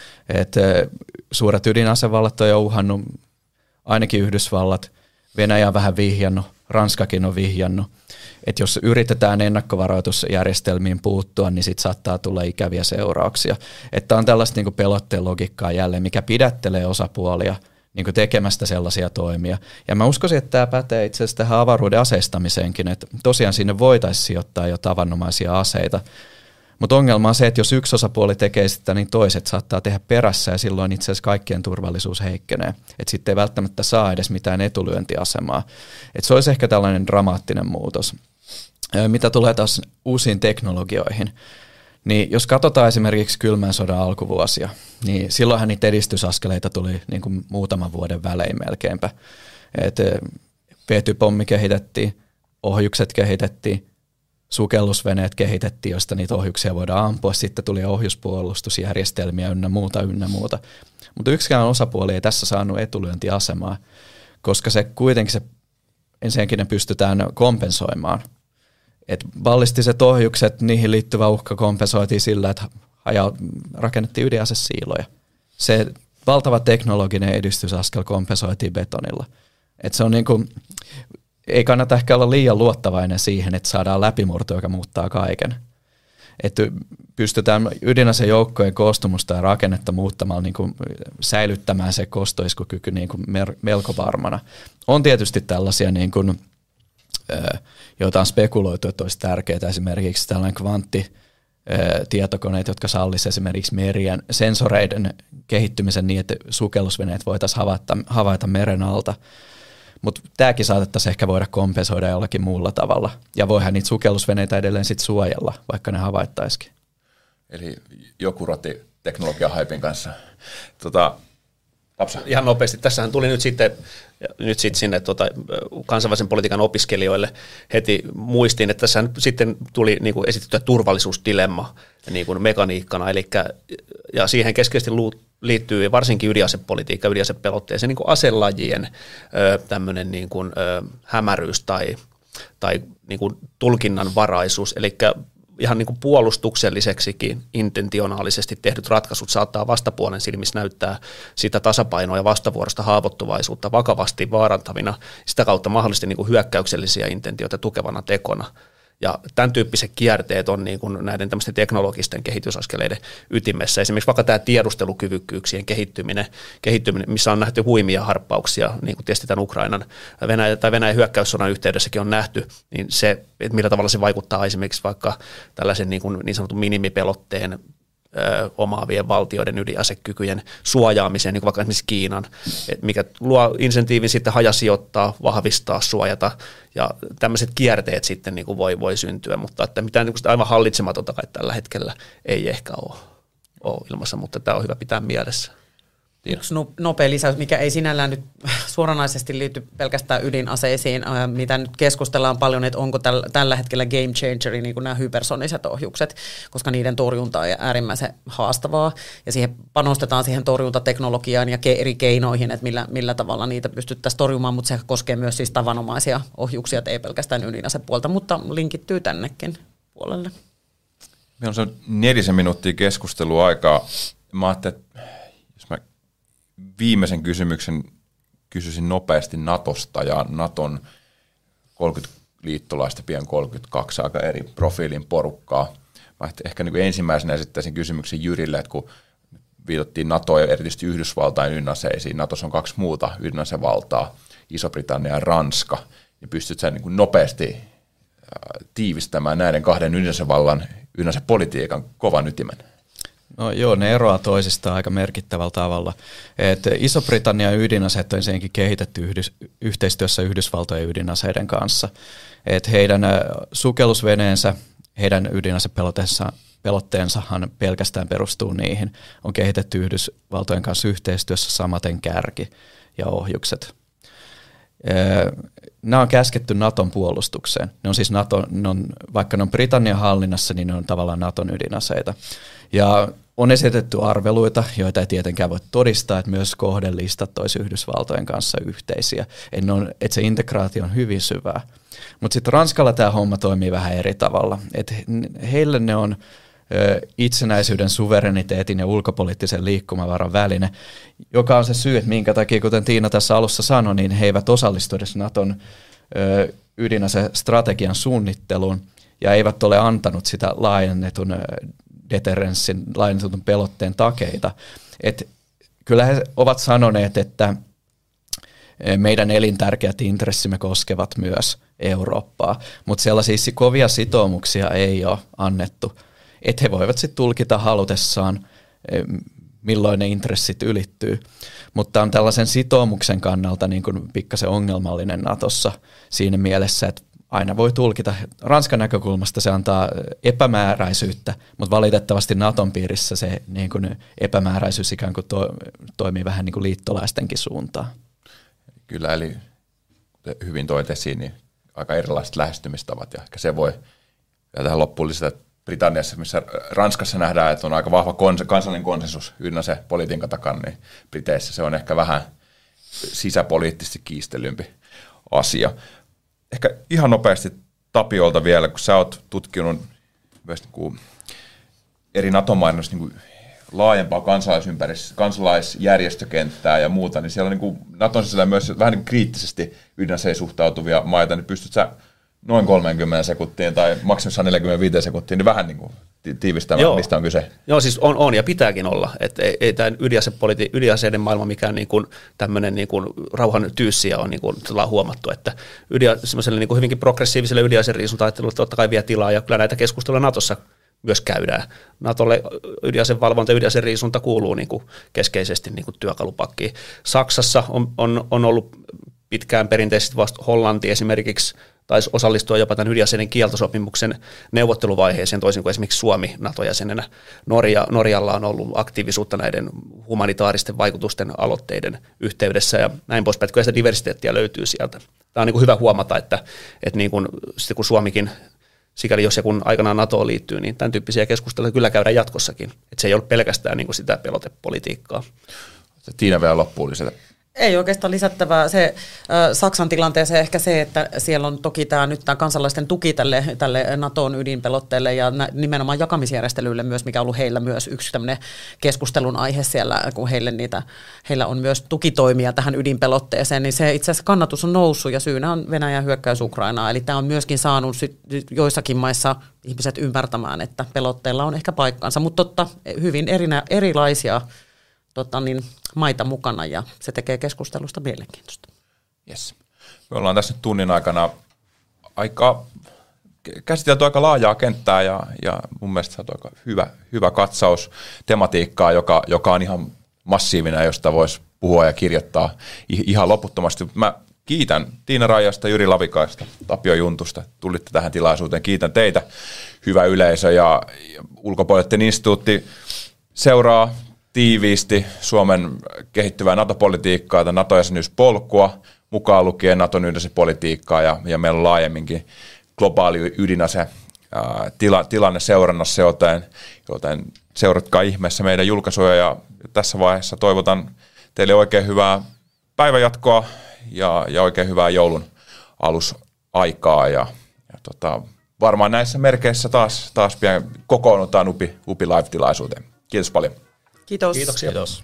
Et suuret ydinasevallat on jo uhannut, ainakin Yhdysvallat, Venäjä on vähän vihjannut, Ranskakin on vihjannut, että jos yritetään ennakkovaroitusjärjestelmiin puuttua, niin sitten saattaa tulla ikäviä seurauksia. Että on tällaista niinku pelotteen logiikkaa jälleen, mikä pidättelee osapuolia niinku tekemästä sellaisia toimia. Ja mä uskoisin, että tämä pätee itse asiassa tähän avaruuden aseistamiseenkin, että tosiaan sinne voitaisiin sijoittaa jo tavanomaisia aseita. Mutta ongelma on se, että jos yksi osapuoli tekee sitä, niin toiset saattaa tehdä perässä ja silloin itse asiassa kaikkien turvallisuus heikkenee. Että sitten ei välttämättä saa edes mitään etulyöntiasemaa. Että se olisi ehkä tällainen dramaattinen muutos. Mitä tulee taas uusiin teknologioihin, niin jos katsotaan esimerkiksi kylmän sodan alkuvuosia, niin silloinhan niitä edistysaskeleita tuli niin kuin muutaman vuoden välein melkeinpä. Et vetypommi kehitettiin, ohjukset kehitettiin, sukellusveneet kehitettiin, josta niitä ohjuksia voidaan ampua. Sitten tuli ohjuspuolustusjärjestelmiä ynnä muuta, ynnä muuta. Mutta yksikään osapuoli ei tässä saanut etulyöntiasemaa, koska se kuitenkin se ensinnäkin ne pystytään kompensoimaan. Et ballistiset ohjukset, niihin liittyvä uhka kompensoitiin sillä, että haja, rakennettiin ydinasesiiloja. Se valtava teknologinen edistysaskel kompensoitiin betonilla. Et se on niin kuin, ei kannata ehkä olla liian luottavainen siihen, että saadaan läpimurto, joka muuttaa kaiken. Että pystytään ydinasejoukkojen koostumusta ja rakennetta muuttamalla niin kuin säilyttämään se kostoiskukyky niin kuin melko varmana. On tietysti tällaisia, niin kuin, joita on spekuloitu, että olisi tärkeää. Esimerkiksi tällainen kvanttitietokoneet, jotka sallisivat esimerkiksi merien sensoreiden kehittymisen niin, että sukellusveneet voitaisiin havaita, havaita meren alta. Mutta tämäkin saatettaisiin ehkä voida kompensoida jollakin muulla tavalla. Ja voihan niitä sukellusveneitä edelleen sit suojella, vaikka ne havaittaisikin. Eli joku roti teknologian hypin kanssa. Tota, Tapsa. Ihan nopeasti. Tässähän tuli nyt sitten, nyt sitten sinne tota, kansainvälisen politiikan opiskelijoille heti muistiin, että tässä sitten tuli niin kuin esitettyä turvallisuusdilemma niin kuin mekaniikkana, eli, ja siihen keskeisesti liittyy varsinkin ydinasepolitiikka, ydinasepelotteeseen niin kuin aselajien tämmöinen niin kuin, ö, hämäryys tai, tai niin kuin tulkinnanvaraisuus, eli ihan niin kuin puolustukselliseksikin intentionaalisesti tehdyt ratkaisut saattaa vastapuolen silmissä näyttää sitä tasapainoa ja vastavuorosta haavoittuvaisuutta vakavasti vaarantavina, sitä kautta mahdollisesti niin kuin hyökkäyksellisiä intentioita tukevana tekona. Ja tämän tyyppiset kierteet on niin kuin näiden tämmöisten teknologisten kehitysaskeleiden ytimessä. Esimerkiksi vaikka tämä tiedustelukyvykkyyksien kehittyminen, kehittyminen missä on nähty huimia harppauksia, niin kuin tietysti tämän Ukrainan Venäjä, tai Venäjän hyökkäyssodan yhteydessäkin on nähty, niin se, että millä tavalla se vaikuttaa esimerkiksi vaikka tällaisen niin, kuin niin sanotun minimipelotteen Ö, omaavien valtioiden ydinasekykyjen suojaamiseen, niin kuin vaikka esimerkiksi Kiinan, et mikä luo insentiivin sitten hajasijoittaa, vahvistaa, suojata, ja tämmöiset kierteet sitten niin kuin voi, voi syntyä, mutta että mitään niin kuin aivan hallitsematonta kai tällä hetkellä ei ehkä ole, ole ilmassa, mutta tämä on hyvä pitää mielessä. Yksi nopea lisäys, mikä ei sinällään nyt suoranaisesti liity pelkästään ydinaseisiin, mitä nyt keskustellaan paljon, että onko täl, tällä hetkellä game changeri, niin kuin nämä hypersoniset ohjukset, koska niiden torjunta on äärimmäisen haastavaa, ja siihen panostetaan siihen torjuntateknologiaan ja ke, eri keinoihin, että millä, millä tavalla niitä pystyttäisiin torjumaan, mutta se koskee myös siis tavanomaisia ohjuksia, että ei pelkästään ydinasepuolta, mutta linkittyy tännekin puolelle. Meillä on se nelisen minuuttia keskusteluaikaa. Mä ajattelin, että jos mä viimeisen kysymyksen kysyisin nopeasti Natosta ja Naton kolmekymmentä liittolaista, pian kolmekymmentäkaksi, aika eri profiilin porukkaa. Mä ehkä niin kuin ensimmäisenä esittäisin kysymyksen Jyrille, että kun viitottiin NATOon ja erityisesti Yhdysvaltain ydinaseisiin, Natossa on kaksi muuta ydinasevaltaa, Iso-Britannia ja Ranska, niin pystyt sä niin kuin nopeasti tiivistämään näiden kahden ydinasevallan ydinasepolitiikan kovan ytimen? No joo, ne eroaa toisistaan aika merkittävällä tavalla. Et Iso-Britannian ydinaseet on ensinnäkin kehitetty yhdys, yhteistyössä Yhdysvaltojen ydinaseiden kanssa. Et heidän sukellusveneensä, heidän ydinasepelotteensahan pelkästään perustuu niihin. On kehitetty Yhdysvaltojen kanssa yhteistyössä samaten kärki ja ohjukset. Nämä on käsketty Naton puolustukseen. Ne on siis Naton, ne on, vaikka ne on Britannian hallinnassa, niin ne on tavallaan Naton ydinaseita. Ja on esitetty arveluita, joita ei tietenkään voi todistaa, että myös kohdelistat olisi Yhdysvaltojen kanssa yhteisiä. Että se integraatio on hyvin syvää. Mutta sitten Ranskalla tämä homma toimii vähän eri tavalla. Et heille ne on ö, itsenäisyyden, suvereniteetin ja ulkopoliittisen liikkumavaran väline, joka on se syy, että minkä takia, kuten Tiina tässä alussa sanoi, niin he eivät osallistu edes Naton ö, ydinasestrategian suunnitteluun ja eivät ole antanut sitä laajennetun deterrenssin, laajennetun pelotteen takeita. Et kyllä he ovat sanoneet, että meidän elintärkeät intressimme koskevat myös Eurooppaa, mutta sellaisia kovia sitoumuksia ei ole annettu, että he voivat sitten tulkita halutessaan, milloin ne intressit ylittyy. Mutta on tällaisen sitoumuksen kannalta niin kuin pikkasen ongelmallinen Natossa siinä mielessä, että aina voi tulkita. Ranskan näkökulmasta se antaa epämääräisyyttä, mutta valitettavasti Naton piirissä se niin kuin epämääräisyys ikään kuin to, toimii vähän niin kuin liittolaistenkin suuntaan. Kyllä, eli hyvin toit esiin, niin aika erilaiset lähestymistavat, ja ehkä se voi ja tähän loppuun lisätä, että Britanniassa, missä Ranskassa nähdään, että on aika vahva kons- kansallinen konsensus ydinasepolitiikan takana, niin Briteissä se on ehkä vähän sisäpoliittisesti kiistellympi asia. Ehkä ihan nopeasti Tapiolta vielä, kun sä oot tutkinut myös niin kuin eri NATO-maiden niin laajempaa kansalaisjärjestökenttää ja muuta, niin siellä on niin kuin Naton sisällä myös vähän niin kriittisesti ydinaseen suhtautuvia maita, niin pystyt sä noin kolmekymmentä sekuntiin tai maksimissaan neljäkymmentäviisi sekuntiin, niin vähän niin kuin tiivistämään, Joo. mistä on kyse. Joo, siis on, on ja pitääkin olla. Että ei, ei tämä ydinasepoliti- ydinaseiden maailma mikään niin kuin tämmöinen niin kuin rauhan tyyssiä on niin kuin huomattu, että ydin, semmoiselle niin kuin hyvinkin progressiiviselle ydinaseriisunta-ajattelulle totta kai vie tilaa, ja kyllä näitä keskusteluja Natossa myös käydään. Natolle ydinasevalvonta ja ydinaseriisunta kuuluu niin kuin keskeisesti niin kuin työkalupakkiin. Saksassa on, on, on ollut pitkään perinteisesti vasta Hollanti esimerkiksi taisi osallistua jopa tämän ydinaseiden kieltosopimuksen neuvotteluvaiheeseen, toisin kuin esimerkiksi Suomi NATO-jäsenenä. Norja, Norjalla on ollut aktiivisuutta näiden humanitaaristen vaikutusten aloitteiden yhteydessä ja näin poispäin, että kyllä sitä diversiteettiä löytyy sieltä. Tämä on niin kuin hyvä huomata, että, että niin kuin, sitten kun Suomikin, sikäli jos ja kun aikanaan NATOon liittyy, niin tämän tyyppisiä keskusteluja kyllä käydään jatkossakin. Että se ei ole pelkästään niin kuin sitä pelotepolitiikkaa. Tiina vielä loppuun lisätä. Ei oikeastaan lisättävää. Se äh, Saksan tilanteeseen ehkä se, että siellä on toki tämä nyt tämä kansalaisten tuki tälle, tälle NATOn ydinpelotteelle ja nä, nimenomaan jakamisjärjestelyille myös, mikä on ollut heillä myös yksi tämmöinen keskustelun aihe siellä, kun heille niitä, heillä on myös tukitoimia tähän ydinpelotteeseen, niin se itse asiassa kannatus on noussut ja syynä on Venäjän hyökkäys Ukrainaan. Eli tämä on myöskin saanut joissakin maissa ihmiset ymmärtämään, että pelotteella on ehkä paikkansa, mutta totta, hyvin erinä, erilaisia Tota, niin, maita mukana ja se tekee keskustelusta mielenkiintoista. Yes. Me ollaan tässä nyt tunnin aikana aika käsitelty aika laajaa kenttää ja, ja mun mielestä se on aika hyvä, hyvä katsaus tematiikkaa, joka, joka on ihan massiivinen, josta voisi puhua ja kirjoittaa ihan loputtomasti. Mä kiitän Tiina Raijasta, Jyri Lavikaista, Tapio Juntusta, tulitte tähän tilaisuuteen. Kiitän teitä, hyvä yleisö ja, ja Ulkopoliittinen instituutti seuraa tiiviisti Suomen kehittyvää NATO-politiikkaa tai NATO-jäsenyyspolkua, mukaan lukien Naton ydinasepolitiikkaa ja, ja meillä on laajemminkin globaali ydinase ää, tila, tilanne seurannassa, joten, joten seuratkaa ihmeessä meidän julkaisuja ja tässä vaiheessa toivotan teille oikein hyvää päivänjatkoa ja, ja oikein hyvää joulun alusaikaa ja, ja tota, varmaan näissä merkeissä taas, taas pian kokoonnutaan UPI, UPI Live-tilaisuuteen. Kiitos paljon. Kiitos. Kiitoksia. Kiitos.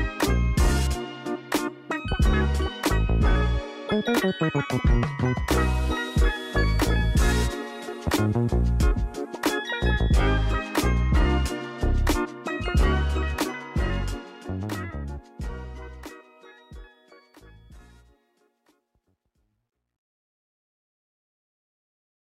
Thank you.